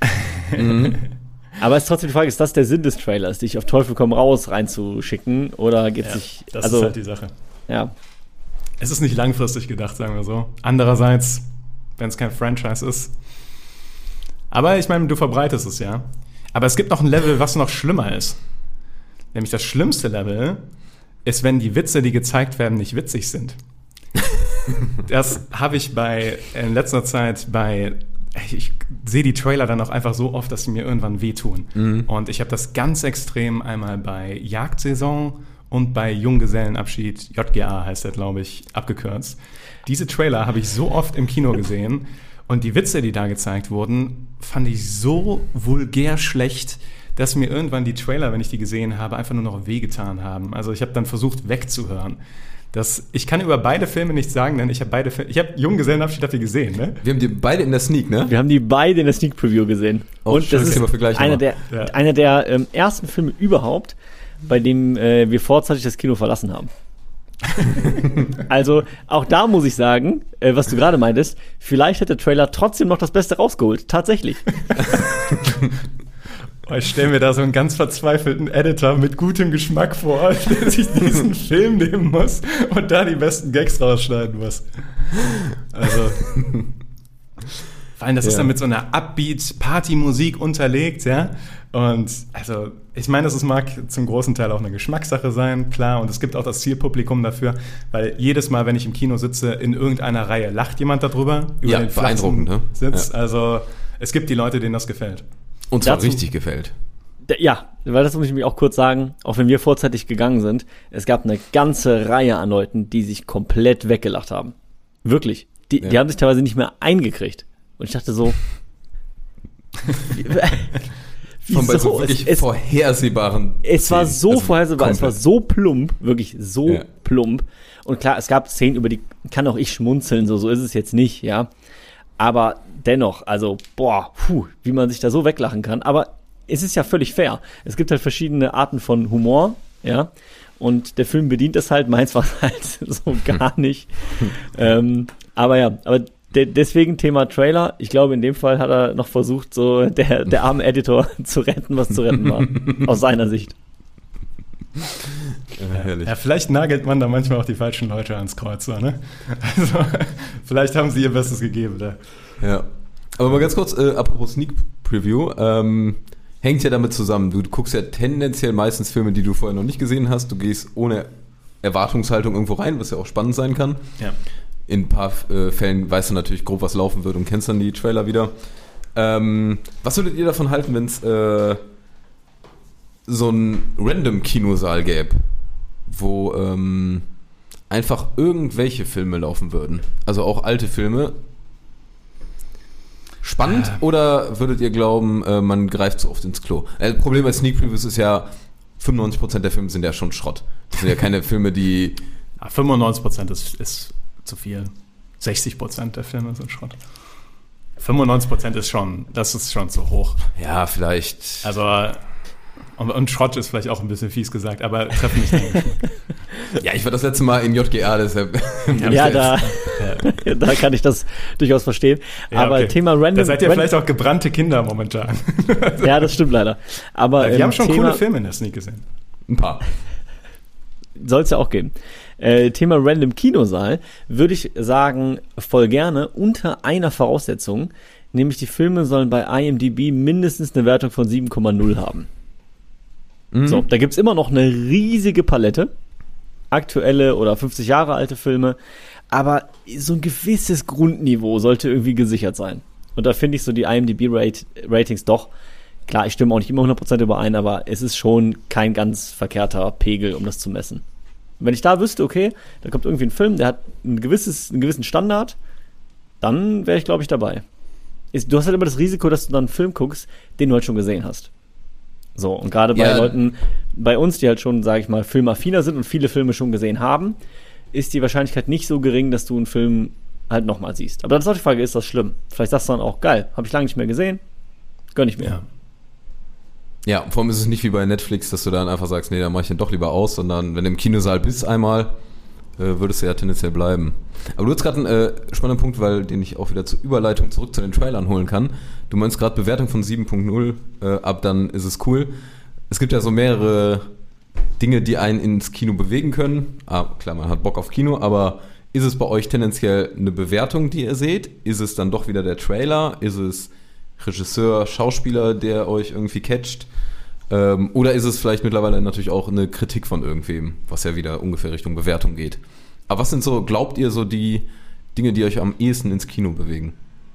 Aber es ist trotzdem die Frage, ist das der Sinn des Trailers, dich auf Teufel komm raus reinzuschicken? Oder geht es sich. Das ist halt die Sache. Ja. Es ist nicht langfristig gedacht, sagen wir so. Andererseits, wenn es kein Franchise ist. Aber ich meine, du verbreitest es ja. Aber es gibt noch ein Level, was noch schlimmer ist. Nämlich das schlimmste Level ist, wenn die Witze, die gezeigt werden, nicht witzig sind. Das habe ich in letzter Zeit ich sehe die Trailer dann auch einfach so oft, dass sie mir irgendwann wehtun. Und ich habe das ganz extrem einmal bei Jagdsaison und bei Junggesellenabschied, JGA heißt der, glaube ich, abgekürzt. Diese Trailer habe ich so oft im Kino gesehen und die Witze, die da gezeigt wurden, fand ich so vulgär schlecht, dass mir irgendwann die Trailer, wenn ich die gesehen habe, einfach nur noch wehgetan haben. Also ich habe dann versucht wegzuhören. Ich kann über beide Filme nichts sagen, denn ich habe Junggesellenabschied habt ihr gesehen, ne? Wir haben die beide in der Sneak, ne? Wir haben die beide in der Sneak Preview gesehen. Oh, und das ist einer der ersten Filme überhaupt, bei dem wir vorzeitig das Kino verlassen haben. Also auch da muss ich sagen, was du gerade meintest, vielleicht hat der Trailer trotzdem noch das Beste rausgeholt. Tatsächlich. Ich stelle mir da so einen ganz verzweifelten Editor mit gutem Geschmack vor, der sich diesen Film nehmen muss und da die besten Gags rausschneiden muss. Also, vor allem, das ist dann mit so einer Upbeat-Party-Musik unterlegt, ja. Und also, ich meine, es mag zum großen Teil auch eine Geschmackssache sein, klar. Und es gibt auch das Zielpublikum dafür, weil jedes Mal, wenn ich im Kino sitze, in irgendeiner Reihe lacht jemand darüber, über den beeindruckend, ne? Sitz. Ja. Also, es gibt die Leute, denen das gefällt. Und zwar richtig gefällt. Ja, weil das muss ich mir auch kurz sagen, auch wenn wir vorzeitig gegangen sind, es gab eine ganze Reihe an Leuten, die sich komplett weggelacht haben. Wirklich. Die haben sich teilweise nicht mehr eingekriegt. Und ich dachte so, von bei so wirklich vorhersehbaren Es war so vorhersehbar, komplett. Es war so plump, wirklich so plump. Und klar, es gab Szenen, über die kann auch ich schmunzeln, so ist es jetzt nicht, ja. Aber dennoch, also, wie man sich da so weglachen kann. Aber es ist ja völlig fair. Es gibt halt verschiedene Arten von Humor, ja. Und der Film bedient es halt, meins war halt so gar nicht. Aber deswegen Thema Trailer. Ich glaube, in dem Fall hat er noch versucht, so der arme Editor zu retten, was zu retten war. Aus seiner Sicht. Ja, vielleicht nagelt man da manchmal auch die falschen Leute ans Kreuz, ne? Also, vielleicht haben sie ihr Bestes gegeben, da. Ja. Aber mal ganz kurz, apropos Sneak Preview, hängt ja damit zusammen. Du guckst ja tendenziell meistens Filme, die du vorher noch nicht gesehen hast. Du gehst ohne Erwartungshaltung irgendwo rein, was ja auch spannend sein kann. Ja. In ein paar Fällen weißt du natürlich grob, was laufen wird und kennst dann die Trailer wieder. Was würdet ihr davon halten, wenn es so einen Random-Kinosaal gäbe, wo einfach irgendwelche Filme laufen würden? Also auch alte Filme. Spannend oder würdet ihr glauben, man greift zu oft ins Klo? Das Problem bei Sneak Previews ist ja, 95% der Filme sind ja schon Schrott. Das sind ja keine Filme, die... 95% ist zu viel. 60% der Filme sind Schrott. 95% ist schon zu hoch. Ja, vielleicht. Also, und Schrott ist vielleicht auch ein bisschen fies gesagt, aber treffen nicht den Geschmack. Ja, ich war das letzte Mal in JGA, deshalb. Da kann ich das durchaus verstehen. Ja, aber okay. Thema Random. Da seid ihr vielleicht auch gebrannte Kinder momentan. Ja, das stimmt leider. Aber wir haben schon coole Filme in der Sneak gesehen. Ein paar. Soll es ja auch geben. Thema Random Kinosaal würde ich sagen, voll gerne unter einer Voraussetzung, nämlich die Filme sollen bei IMDb mindestens eine Wertung von 7,0 haben. Mhm. So, da gibt's immer noch eine riesige Palette, aktuelle oder 50 Jahre alte Filme, aber so ein gewisses Grundniveau sollte irgendwie gesichert sein. Und da finde ich so die IMDb-Ratings doch klar, ich stimme auch nicht immer 100% überein, aber es ist schon kein ganz verkehrter Pegel, um das zu messen. Wenn ich da wüsste, okay, da kommt irgendwie ein Film, der hat einen gewissen Standard, dann wäre ich, glaube ich, dabei. Du hast halt immer das Risiko, dass du dann einen Film guckst, den du halt schon gesehen hast. So, und gerade bei Leuten, bei uns, die halt schon, sage ich mal, filmaffiner sind und viele Filme schon gesehen haben, ist die Wahrscheinlichkeit nicht so gering, dass du einen Film halt nochmal siehst. Aber dann ist auch die Frage, ist das schlimm? Vielleicht sagst du dann auch, geil, habe ich lange nicht mehr gesehen, gönn ich mir. Ja, vor allem ist es nicht wie bei Netflix, dass du dann einfach sagst, nee, dann mach ich den doch lieber aus, sondern wenn du im Kinosaal bist einmal, würdest du ja tendenziell bleiben. Aber du hast gerade einen spannenden Punkt, den ich auch wieder zur Überleitung zurück zu den Trailern holen kann. Du meinst gerade Bewertung von 7.0, ab dann ist es cool. Es gibt ja so mehrere Dinge, die einen ins Kino bewegen können. Klar, man hat Bock auf Kino, aber ist es bei euch tendenziell eine Bewertung, die ihr seht? Ist es dann doch wieder der Trailer? Ist es Regisseur, Schauspieler, der euch irgendwie catcht? Oder ist es vielleicht mittlerweile natürlich auch eine Kritik von irgendwem, was ja wieder ungefähr Richtung Bewertung geht? Aber was sind so, glaubt ihr, so die Dinge, die euch am ehesten ins Kino bewegen?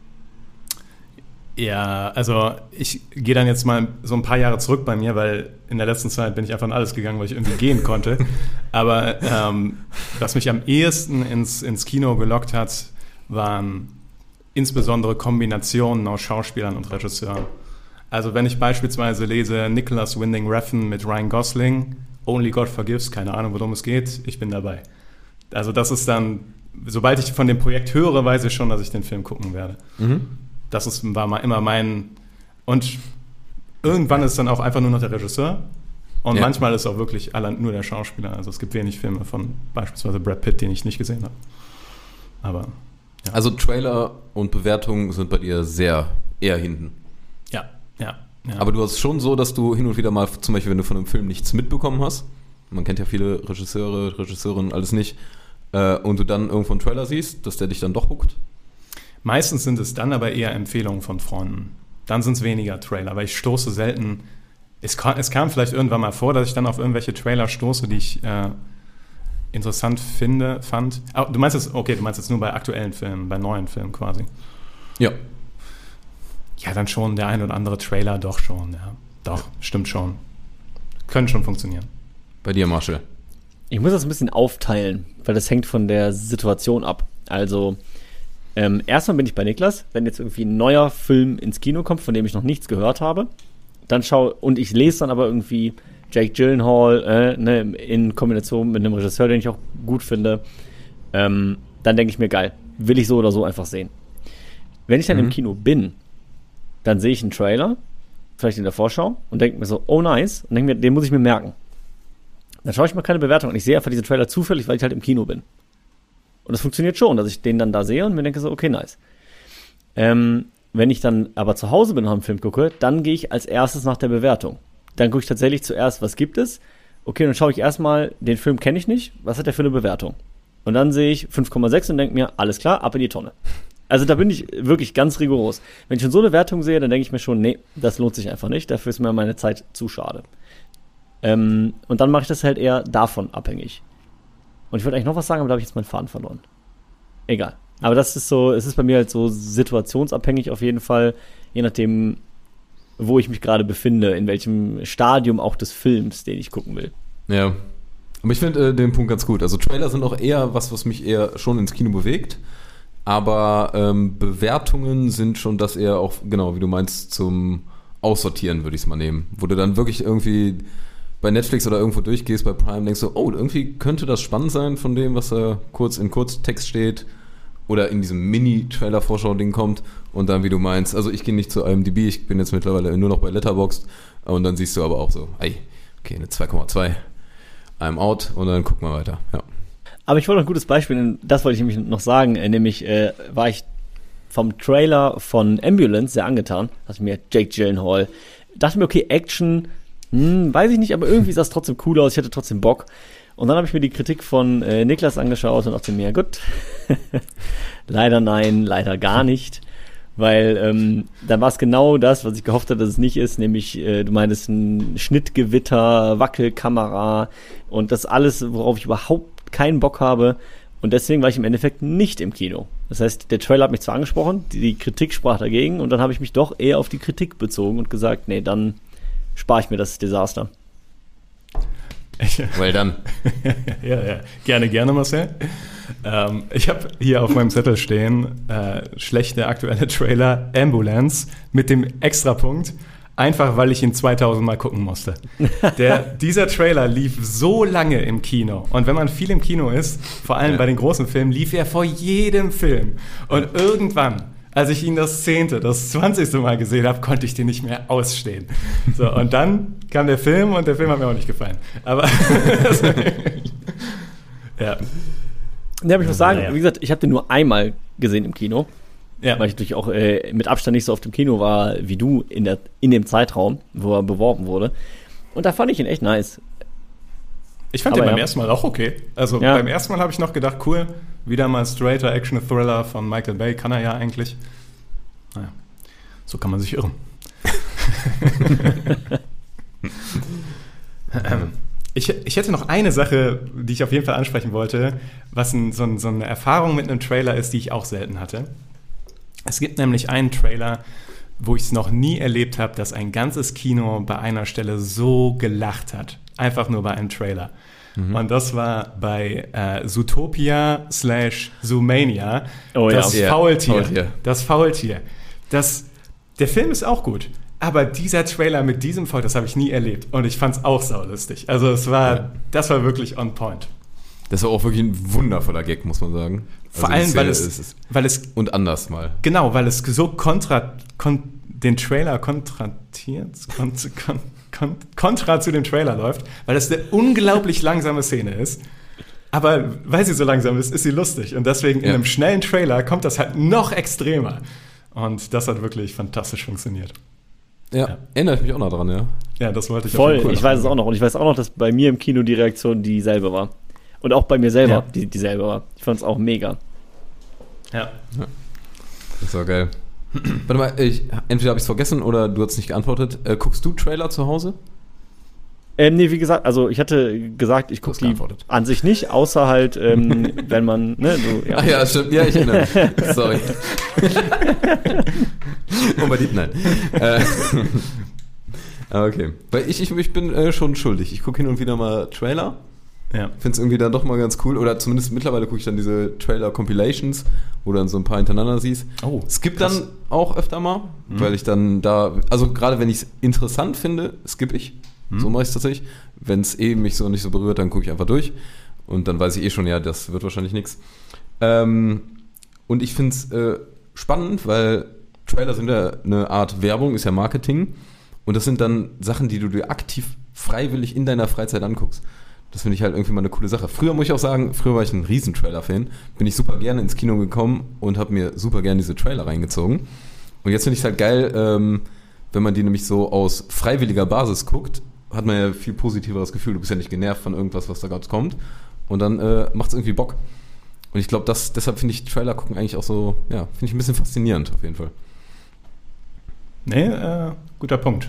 Ja, also ich gehe dann jetzt mal so ein paar Jahre zurück bei mir, weil in der letzten Zeit bin ich einfach in alles gegangen, weil ich irgendwie gehen konnte. Aber was mich am ehesten ins Kino gelockt hat, waren insbesondere Kombinationen aus Schauspielern und Regisseuren. Also wenn ich beispielsweise lese Nicholas Winding Refn mit Ryan Gosling, Only God Forgives, keine Ahnung, worum es geht, ich bin dabei. Also das ist dann, sobald ich von dem Projekt höre, weiß ich schon, dass ich den Film gucken werde. War mal immer mein, und irgendwann ist dann auch einfach nur noch der Regisseur und manchmal ist auch wirklich nur der Schauspieler. Also es gibt wenig Filme von beispielsweise Brad Pitt, den ich nicht gesehen habe. Aber ja. Also Trailer und Bewertungen sind bei dir eher hinten. Ja. Aber du hast schon so, dass du hin und wieder mal, zum Beispiel, wenn du von einem Film nichts mitbekommen hast, man kennt ja viele Regisseurinnen, alles nicht, und du dann irgendwo einen Trailer siehst, dass der dich dann doch hookt? Meistens sind es dann aber eher Empfehlungen von Freunden. Dann sind es weniger Trailer, aber ich stoße selten. Es kam vielleicht irgendwann mal vor, dass ich dann auf irgendwelche Trailer stoße, die ich interessant fand. Aber du meinst jetzt nur bei aktuellen Filmen, bei neuen Filmen quasi. Ja. Ja, dann schon der ein oder andere Trailer, doch schon, ja. Doch, stimmt schon. Können schon funktionieren. Bei dir, Marshall? Ich muss das ein bisschen aufteilen, weil das hängt von der Situation ab. Also, erstmal bin ich bei Niklas, wenn jetzt irgendwie ein neuer Film ins Kino kommt, von dem ich noch nichts gehört habe, und ich lese dann aber irgendwie Jake Gyllenhaal in Kombination mit einem Regisseur, den ich auch gut finde, dann denke ich mir, geil, will ich so oder so einfach sehen. Wenn ich dann im Kino bin, dann sehe ich einen Trailer, vielleicht in der Vorschau, und denke mir so, oh nice, und denke mir, den muss ich mir merken. Dann schaue ich mal keine Bewertung und ich sehe einfach diese Trailer zufällig, weil ich halt im Kino bin. Und das funktioniert schon, dass ich den dann da sehe und mir denke so, okay, nice. Wenn ich dann aber zu Hause bin und einen Film gucke, dann gehe ich als erstes nach der Bewertung. Dann gucke ich tatsächlich zuerst, was gibt es. Okay, dann schaue ich erstmal, den Film kenne ich nicht, was hat der für eine Bewertung? Und dann sehe ich 5,6 und denke mir, alles klar, ab in die Tonne. Also da bin ich wirklich ganz rigoros. Wenn ich schon so eine Wertung sehe, dann denke ich mir schon, nee, das lohnt sich einfach nicht, dafür ist mir meine Zeit zu schade. Und dann mache ich das halt eher davon abhängig. Und ich wollte eigentlich noch was sagen, aber da habe ich jetzt meinen Faden verloren. Egal. Aber das ist so, es ist bei mir halt so situationsabhängig auf jeden Fall, je nachdem, wo ich mich gerade befinde, in welchem Stadium auch des Films, den ich gucken will. Ja. Aber ich finde den Punkt ganz gut. Also Trailer sind auch eher was mich eher schon ins Kino bewegt. Aber Bewertungen sind schon das eher auch, genau, wie du meinst, zum Aussortieren würde ich es mal nehmen. Wo du dann wirklich irgendwie bei Netflix oder irgendwo durchgehst, bei Prime, denkst du, oh, irgendwie könnte das spannend sein von dem, was da in Kurztext steht oder in diesem Mini-Trailer-Vorschau-Ding kommt und dann, wie du meinst, also ich gehe nicht zu IMDb, ich bin jetzt mittlerweile nur noch bei Letterboxd und dann siehst du aber auch so, ey, okay, eine 2,2, I'm out und dann guck mal weiter, ja. Aber ich wollte noch ein gutes Beispiel nennen, das wollte ich nämlich noch sagen, nämlich war ich vom Trailer von Ambulance sehr angetan, dachte mir, Jake Gyllenhaal, dachte mir, okay, Action, weiß ich nicht, aber irgendwie sah es trotzdem cool aus, ich hatte trotzdem Bock. Und dann habe ich mir die Kritik von Niklas angeschaut und dachte mir, gut, leider nein, leider gar nicht, weil dann war es genau das, was ich gehofft hatte, dass es nicht ist, nämlich du meintest ein Schnittgewitter, Wackelkamera und das alles, worauf ich überhaupt keinen Bock habe. Und deswegen war ich im Endeffekt nicht im Kino. Das heißt, der Trailer hat mich zwar angesprochen, die Kritik sprach dagegen und dann habe ich mich doch eher auf die Kritik bezogen und gesagt, nee, dann spare ich mir das Desaster. Weil dann. Ja. Gerne, Marcel. Ich habe hier auf meinem Zettel stehen, schlechte aktuelle Trailer, Ambulance, mit dem Extrapunkt, einfach weil ich ihn 2000 Mal gucken musste. Dieser Trailer lief so lange im Kino. Und wenn man viel im Kino ist, vor allem bei den großen Filmen, lief er vor jedem Film. Und irgendwann, als ich ihn das 10., das 20. Mal gesehen habe, konnte ich den nicht mehr ausstehen. So, und dann kam der Film und der Film hat mir auch nicht gefallen. Aber ja. Ja, aber ich muss sagen, wie gesagt, ich habe den nur einmal gesehen im Kino. Ja. Weil ich natürlich auch mit Abstand nicht so oft im Kino war wie du in dem Zeitraum, wo er beworben wurde. Und da fand ich ihn echt nice. Ich fand den beim ersten Mal auch okay. Also beim ersten Mal habe ich noch gedacht, cool, wieder mal straighter Action-Thriller von Michael Bay, kann er ja eigentlich. Naja, so kann man sich irren. Ich hätte noch eine Sache, die ich auf jeden Fall ansprechen wollte, was so eine Erfahrung mit einem Trailer ist, die ich auch selten hatte. Es gibt nämlich einen Trailer, wo ich es noch nie erlebt habe, dass ein ganzes Kino bei einer Stelle so gelacht hat. Einfach nur bei einem Trailer. Mhm. Und das war bei Zootopia/Zoomania, das Faultier. Das Faultier. Der Film ist auch gut. Aber dieser Trailer mit diesem Volk, das habe ich nie erlebt. Und ich fand es auch saulustig. Also das war wirklich on point. Das war auch wirklich ein wundervoller Gag, muss man sagen. Vor allem, weil es und anders mal. Genau, weil es so den Trailer kontra zu dem Trailer läuft, weil es eine unglaublich langsame Szene ist. Aber weil sie so langsam ist sie lustig. Und deswegen in einem schnellen Trailer kommt das halt noch extremer. Und das hat wirklich fantastisch funktioniert. Ja, erinnere ich mich auch noch dran, ja. Ja, das wollte ich voll, ich weiß es auch noch. Und ich weiß auch noch, dass bei mir im Kino die Reaktion dieselbe war. Und auch bei mir selber dieselbe war. Ich fand es auch mega. Ja. Das war geil. Warte mal, entweder habe ich es vergessen oder du hast nicht geantwortet. Guckst du Trailer zu Hause? Nee, wie gesagt, also ich hatte gesagt, ich gucke die an sich nicht, außer halt, wenn man, ne, so, ja. Ach ja, stimmt, ja, ich erinnere mich. Sorry. Nein. Okay. Weil ich bin schon schuldig. Ich gucke hin und wieder mal Trailer. Ja. Finde es irgendwie dann doch mal ganz cool. Oder zumindest mittlerweile gucke ich dann diese Trailer-Compilations, wo du dann so ein paar hintereinander siehst. Oh, es gibt dann auch öfter mal, weil ich dann also gerade wenn ich es interessant finde, skippe ich. So mache ich es tatsächlich. Wenn es mich so nicht so berührt, dann gucke ich einfach durch. Und dann weiß ich schon, ja, das wird wahrscheinlich nichts. Und ich finde es spannend, weil Trailer sind ja eine Art Werbung, ist ja Marketing. Und das sind dann Sachen, die du dir aktiv freiwillig in deiner Freizeit anguckst. Das finde ich halt irgendwie mal eine coole Sache. Früher muss ich auch sagen, war ich ein Riesen-Trailer-Fan. Bin ich super gerne ins Kino gekommen und habe mir super gerne diese Trailer reingezogen. Und jetzt finde ich es halt geil, wenn man die nämlich so aus freiwilliger Basis guckt, hat man ja viel positiveres Gefühl. Du bist ja nicht genervt von irgendwas, was da gerade kommt. Und dann macht es irgendwie Bock. Und ich glaube, deshalb finde ich Trailer gucken eigentlich auch so, ja, finde ich ein bisschen faszinierend auf jeden Fall. Nee, guter Punkt.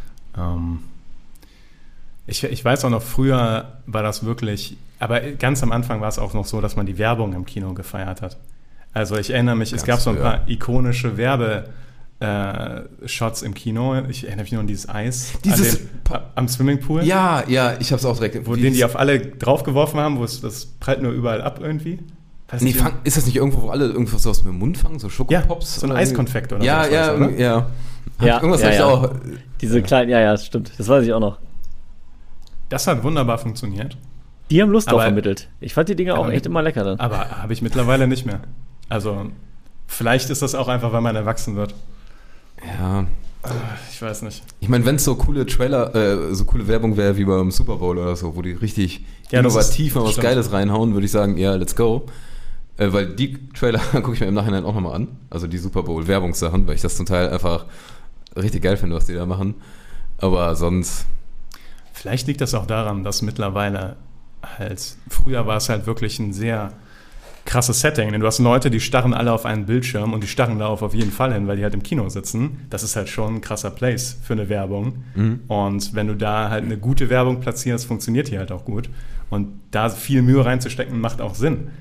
Ich weiß auch noch, früher war das wirklich, aber ganz am Anfang war es auch noch so, dass man die Werbung im Kino gefeiert hat. Also ich erinnere mich, es gab so ein paar ikonische Shots im Kino. Ich erinnere mich nur an dieses Eis am Swimmingpool. Ja, ich habe es auch direkt. Den die auf alle draufgeworfen haben, das prallt nur überall ab irgendwie. Nee, ist das nicht irgendwo, wo alle irgendwas aus dem Mund fangen? So Schokopops? Ja, so ein Eiskonfekt oder so. Ja. Irgendwas habe ich auch. Diese kleinen, das stimmt. Das weiß ich auch noch. Das hat wunderbar funktioniert. Die haben Lust drauf vermittelt. Ich fand die Dinger auch echt immer lecker dann. Aber habe ich mittlerweile nicht mehr. Also, vielleicht ist das auch einfach, weil man erwachsen wird. Ja. Ich weiß nicht. Ich meine, wenn es so coole Trailer, so coole Werbung wäre wie beim Super Bowl oder so, wo die richtig innovativ mal was Geiles reinhauen, würde ich sagen, ja, let's go. Weil die Trailer gucke ich mir im Nachhinein auch nochmal an. Also die Super Bowl Werbungssachen, weil ich das zum Teil einfach richtig geil finde, was die da machen. Aber sonst... Vielleicht liegt das auch daran, dass mittlerweile halt, früher war es halt wirklich ein sehr krasses Setting. Denn du hast Leute, die starren alle auf einen Bildschirm und die starren darauf auf jeden Fall hin, weil die halt im Kino sitzen. Das ist halt schon ein krasser Place für eine Werbung. Mhm. Und wenn du da halt eine gute Werbung platzierst, funktioniert die halt auch gut. Und da viel Mühe reinzustecken, macht auch Sinn.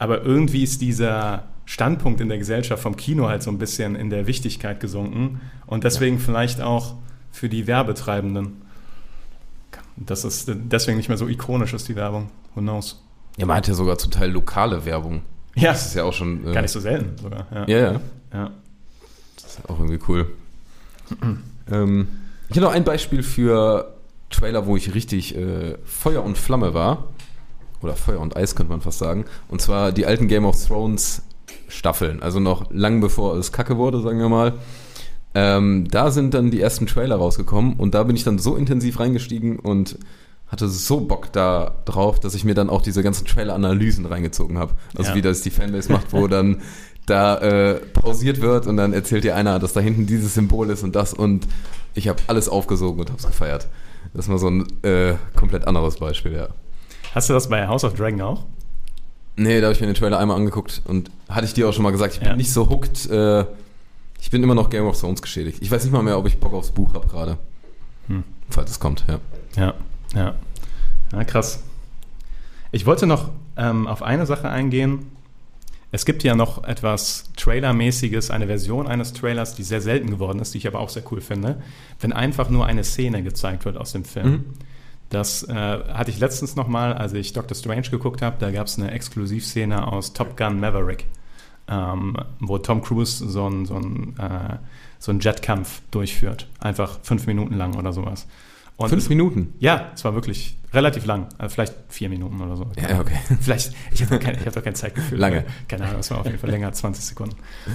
Aber irgendwie ist dieser Standpunkt in der Gesellschaft vom Kino halt so ein bisschen in der Wichtigkeit gesunken und deswegen vielleicht auch für die Werbetreibenden. Das ist deswegen nicht mehr so ikonisch ist, die Werbung. Who knows? Ja, man hat ja sogar zum Teil lokale Werbung. Ja, Das ist ja auch schon... gar nicht so selten sogar. Ja. Ja. Das ist auch irgendwie cool. Ich habe noch ein Beispiel für Trailer, wo ich richtig Feuer und Flamme war. Oder Feuer und Eis, könnte man fast sagen. Und zwar die alten Game of Thrones Staffeln. Also noch lang bevor es kacke wurde, sagen wir mal. Da sind dann die ersten Trailer rausgekommen und da bin ich dann so intensiv reingestiegen und hatte so Bock da drauf, dass ich mir dann auch diese ganzen Trailer-Analysen reingezogen habe. Also wie das die Fanbase macht, wo dann da pausiert wird und dann erzählt dir einer, dass da hinten dieses Symbol ist und ich habe alles aufgesogen und habe es gefeiert. Das ist mal so ein komplett anderes Beispiel, ja. Hast du das bei House of Dragon auch? Nee, da habe ich mir den Trailer einmal angeguckt und hatte ich dir auch schon mal gesagt, ich bin nicht so hooked, ich bin immer noch Game of Thrones geschädigt. Ich weiß nicht mal mehr, ob ich Bock aufs Buch habe gerade. Falls es kommt, ja. Ja, krass. Ich wollte noch auf eine Sache eingehen. Es gibt ja noch etwas Trailer-mäßiges, eine Version eines Trailers, die sehr selten geworden ist, die ich aber auch sehr cool finde, wenn einfach nur eine Szene gezeigt wird aus dem Film. Das hatte ich letztens nochmal, als ich Doctor Strange geguckt habe, da gab es eine Exklusivszene aus Top Gun Maverick, wo Tom Cruise so einen Jetkampf durchführt. Einfach 5 Minuten lang oder sowas. Und 5 Minuten? Ja, es war wirklich relativ lang. Also vielleicht 4 Minuten oder so. Ja, okay. Vielleicht, ich habe doch kein Zeitgefühl. Lange. Keine Ahnung, es war auf jeden Fall länger, 20 Sekunden.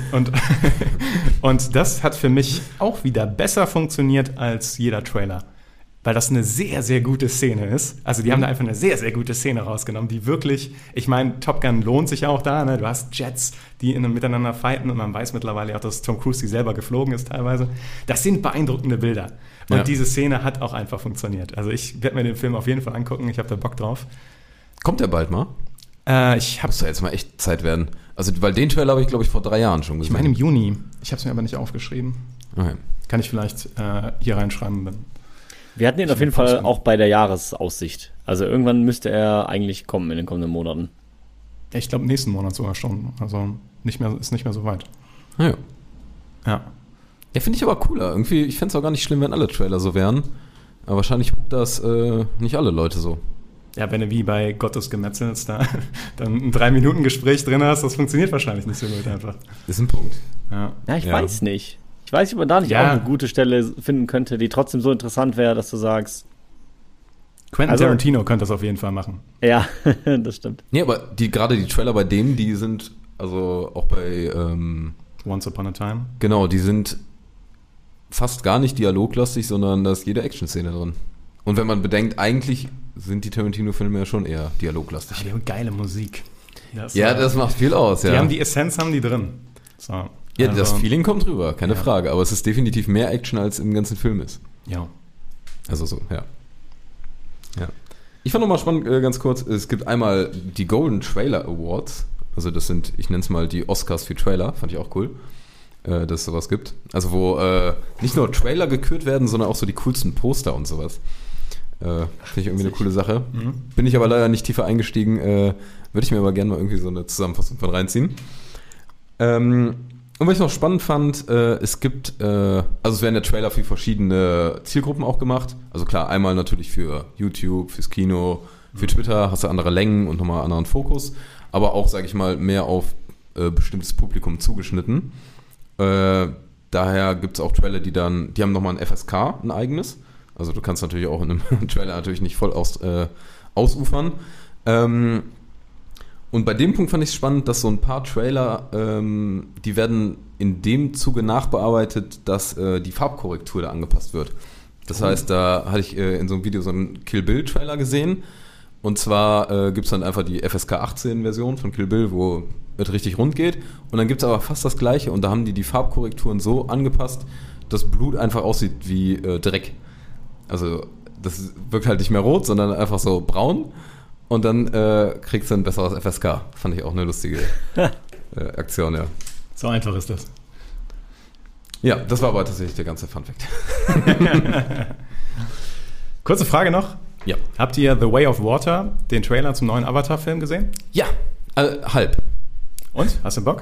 Und das hat für mich auch wieder besser funktioniert als jeder Trailer. Weil das eine sehr, sehr gute Szene ist. Also die haben da einfach eine sehr, sehr gute Szene rausgenommen, die wirklich, ich meine, Top Gun lohnt sich auch da, ne? Du hast Jets, die miteinander fighten und man weiß mittlerweile auch, dass Tom Cruise die selber geflogen ist teilweise. Das sind beeindruckende Bilder. Und diese Szene hat auch einfach funktioniert. Also ich werde mir den Film auf jeden Fall angucken, ich habe da Bock drauf. Kommt der bald mal? Ich habe Muss ja jetzt mal echt Zeit werden. Also, weil den Trailer habe ich, glaube ich, vor 3 Jahren schon gesehen. Ich meine im Juni. Ich habe es mir aber nicht aufgeschrieben. Okay. Kann ich vielleicht hier reinschreiben, wenn... Wir hatten ihn auf jeden Fall auch bei der Jahresaussicht. Also irgendwann müsste er eigentlich kommen in den kommenden Monaten. Ich glaube, nächsten Monat sogar schon. Also ist nicht mehr so weit. Ja. Ja. Ja, finde ich aber cooler. Irgendwie, ich fände es auch gar nicht schlimm, wenn alle Trailer so wären. Aber wahrscheinlich huckt das nicht alle Leute so. Ja, wenn du wie bei Gottes Gemetzels da dann ein 3-Minuten-Gespräch drin hast, das funktioniert wahrscheinlich nicht so gut einfach. Ist ein Punkt. Ja, ich weiß nicht. Ich weiß nicht, ob man da nicht auch eine gute Stelle finden könnte, die trotzdem so interessant wäre, dass du sagst... Quentin Tarantino könnte das auf jeden Fall machen. Ja, das stimmt. Nee, aber gerade die Trailer bei dem, die sind, also auch bei... Once Upon a Time. Genau, die sind fast gar nicht dialoglastig, sondern da ist jede Action-Szene drin. Und wenn man bedenkt, eigentlich sind die Tarantino-Filme ja schon eher dialoglastig. Die haben geile Musik. Das macht viel aus, ja. Die Essenz haben die drin. So. Ja, das Feeling kommt rüber, keine Frage. Aber es ist definitiv mehr Action, als im ganzen Film ist. Ja. Also so, ja. Ich fand nochmal spannend, ganz kurz, es gibt einmal die Golden Trailer Awards. Also das sind, ich nenne es mal die Oscars für Trailer. Fand ich auch cool, dass es sowas gibt. Also wo nicht nur Trailer gekürt werden, sondern auch so die coolsten Poster und sowas. Finde ich irgendwie eine coole Sache. Bin ich aber leider nicht tiefer eingestiegen. Würde ich mir aber gerne mal irgendwie so eine Zusammenfassung von reinziehen. Und was ich noch spannend fand, es gibt, also es werden ja Trailer für verschiedene Zielgruppen auch gemacht. Also klar, einmal natürlich für YouTube, fürs Kino, für Twitter hast du andere Längen und nochmal anderen Fokus. Aber auch, sage ich mal, mehr auf bestimmtes Publikum zugeschnitten. Daher gibt es auch Trailer, die haben nochmal ein FSK, ein eigenes. Also du kannst natürlich auch in einem Trailer natürlich nicht voll ausufern. Und bei dem Punkt fand ich es spannend, dass so ein paar Trailer, die werden in dem Zuge nachbearbeitet, dass die Farbkorrektur da angepasst wird. Das heißt, da hatte ich in so einem Video so einen Kill Bill Trailer gesehen. Und zwar gibt es dann einfach die FSK 18 Version von Kill Bill, wo es richtig rund geht. Und dann gibt es aber fast das Gleiche. Und da haben die Farbkorrekturen so angepasst, dass Blut einfach aussieht wie Dreck. Also das wirkt halt nicht mehr rot, sondern einfach so braun. Und dann kriegst du ein besseres FSK. Fand ich auch eine lustige Aktion, ja. So einfach ist das. Ja, das war aber tatsächlich der ganze Funfact. Kurze Frage noch. Ja. Habt ihr The Way of Water, den Trailer zum neuen Avatar-Film gesehen? Ja, Halb. Und? Hast du Bock?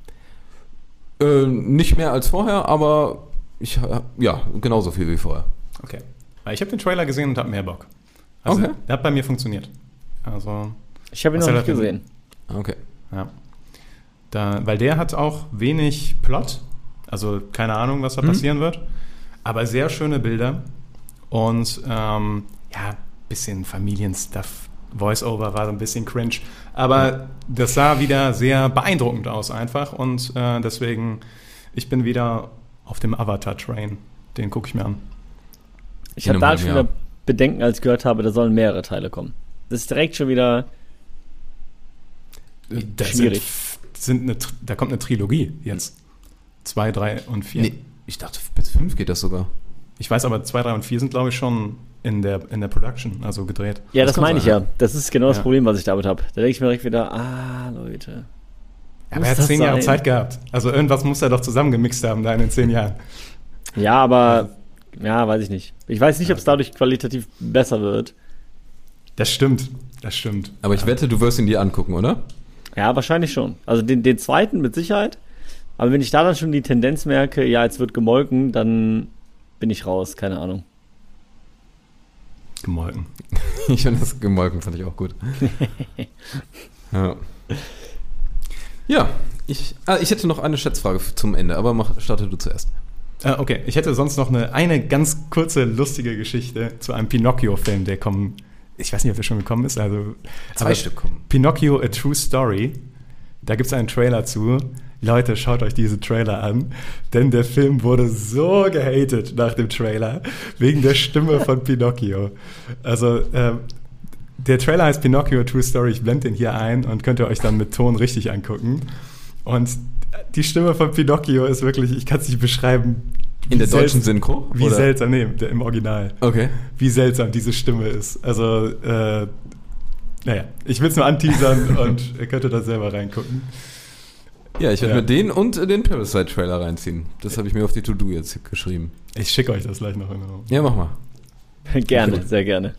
Nicht mehr als vorher, aber genauso viel wie vorher. Okay. Weil ich habe den Trailer gesehen und habe mehr Bock. Also, Okay. der hat bei mir funktioniert. Also, Ich habe ihn Was noch hat nicht er denn? gesehen. Okay. ja. Weil der hat auch wenig Plot. Also, keine Ahnung, was da passieren wird. Aber sehr schöne Bilder. Und, bisschen Familienstuff. Voice-Over war so ein bisschen cringe. Aber das sah wieder sehr beeindruckend aus einfach. Und deswegen, ich bin wieder auf dem Avatar-Train. Den gucke ich mir an. Ich In habe einem da halben schon Jahr. wieder Bedenken, als ich gehört habe, da sollen mehrere Teile kommen. Das ist direkt schon wieder schwierig. Da kommt eine Trilogie jetzt. 2, 3 und 4. Nee, ich dachte, bis 5 geht das sogar. Ich weiß aber, 2, 3 und 4 sind, glaube ich, schon in der Production, also gedreht. Ja, das kann meine ich sein, ja. Das ist genau das Ja. Problem, was ich damit habe. Da denke ich mir direkt wieder, Leute. Aber Muss er hat das 10 Jahre sein? Zeit gehabt. Also irgendwas muss er doch zusammengemixt haben da in den 10 Jahren. Ja, aber, weiß ich nicht. Ich weiß nicht, ob es dadurch qualitativ besser wird. Das stimmt. Aber ich wette, du wirst ihn dir angucken, oder? Ja, wahrscheinlich schon. Also den zweiten mit Sicherheit. Aber wenn ich da dann schon die Tendenz merke, ja, jetzt wird gemolken, dann bin ich raus. Keine Ahnung. Gemolken. Ich finde das gemolken, fand ich auch gut. Ja, ich hätte noch eine Schätzfrage zum Ende, aber starte du zuerst. Okay, ich hätte sonst noch eine ganz kurze, lustige Geschichte zu einem Pinocchio-Film, der ich weiß nicht, ob der schon gekommen ist. Also, 2 Stück kommen. Pinocchio, A True Story. Da gibt es einen Trailer zu. Leute, schaut euch diese Trailer an, denn der Film wurde so gehatet nach dem Trailer, wegen der Stimme von Pinocchio. Also, der Trailer heißt Pinocchio, A True Story. Ich blende den hier ein und könnt ihr euch dann mit Ton richtig angucken. Und die Stimme von Pinocchio ist wirklich, ich kann es nicht beschreiben. In der deutschen Synchro? Wie oder? seltsam, nee, im Original. Okay. Wie seltsam diese Stimme ist. Also, ich will es nur anteasern und ihr könnt da selber reingucken. Ja, ich werde Ja. mir den und den Parasite-Trailer reinziehen. Das habe ich mir auf die To-Do jetzt geschrieben. Ich schicke euch das gleich noch in. Ja, mach mal. Gerne, sehr gerne.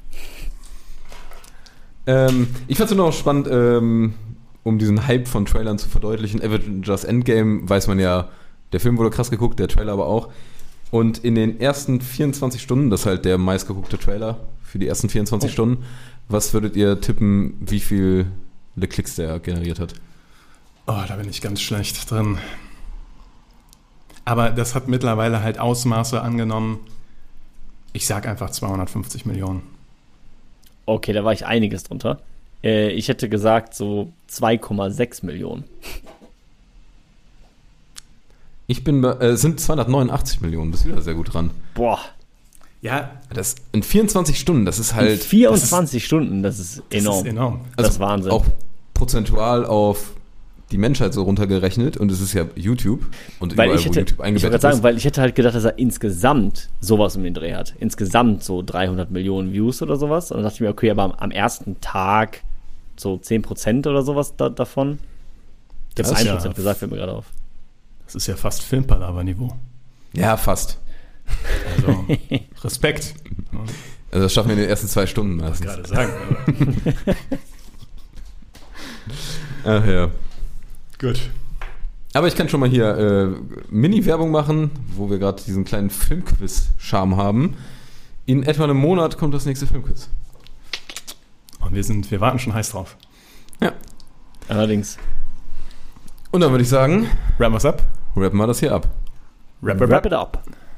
Ich fand es nur noch spannend, um diesen Hype von Trailern zu verdeutlichen. Avengers Endgame weiß man ja, der Film wurde krass geguckt, der Trailer aber auch. Und in den ersten 24 Stunden, das ist halt der meistgeguckte Trailer für die ersten 24 Stunden, was würdet ihr tippen, wie viele Klicks der generiert hat? Oh, da bin ich ganz schlecht drin. Aber das hat mittlerweile halt Ausmaße angenommen. Ich sag einfach 250 Millionen. Okay, da war ich einiges drunter. Ich hätte gesagt so 2,6 Millionen. Ich bin sind 289 Millionen, bist wieder sehr gut dran. Boah, Ja, Das in 24 Stunden, das ist halt 24 Stunden, das ist enorm. das ist enorm. Das ist Wahnsinn. auch prozentual auf die Menschheit so runtergerechnet und es ist ja YouTube und Weil überall, ich wo hätte, YouTube ich wollte eingebettet gerade sagen, ist. weil ich hätte halt gedacht, dass er insgesamt sowas um den Dreh hat. Insgesamt so 300 Millionen Views oder sowas. Und dann dachte ich mir, okay, aber am ersten Tag so 10% oder sowas davon. Ich habe Das ist 1% ja- gesagt, fällt mir gerade auf. Das ist ja fast Filmpalava-Niveau. Ja, fast. Also, Respekt. Also das schaffen wir in den ersten 2 Stunden meistens. Gerade sagen. Ach ja. Gut. Aber ich kann schon mal hier Mini-Werbung machen, wo wir gerade diesen kleinen Filmquiz-Charme haben. In etwa einem Monat kommt das nächste Filmquiz. Und wir warten schon heiß drauf. Ja. Allerdings. Und dann würde ich sagen, Wrap us up. rappen wir das hier ab. Wrap Wrap it up.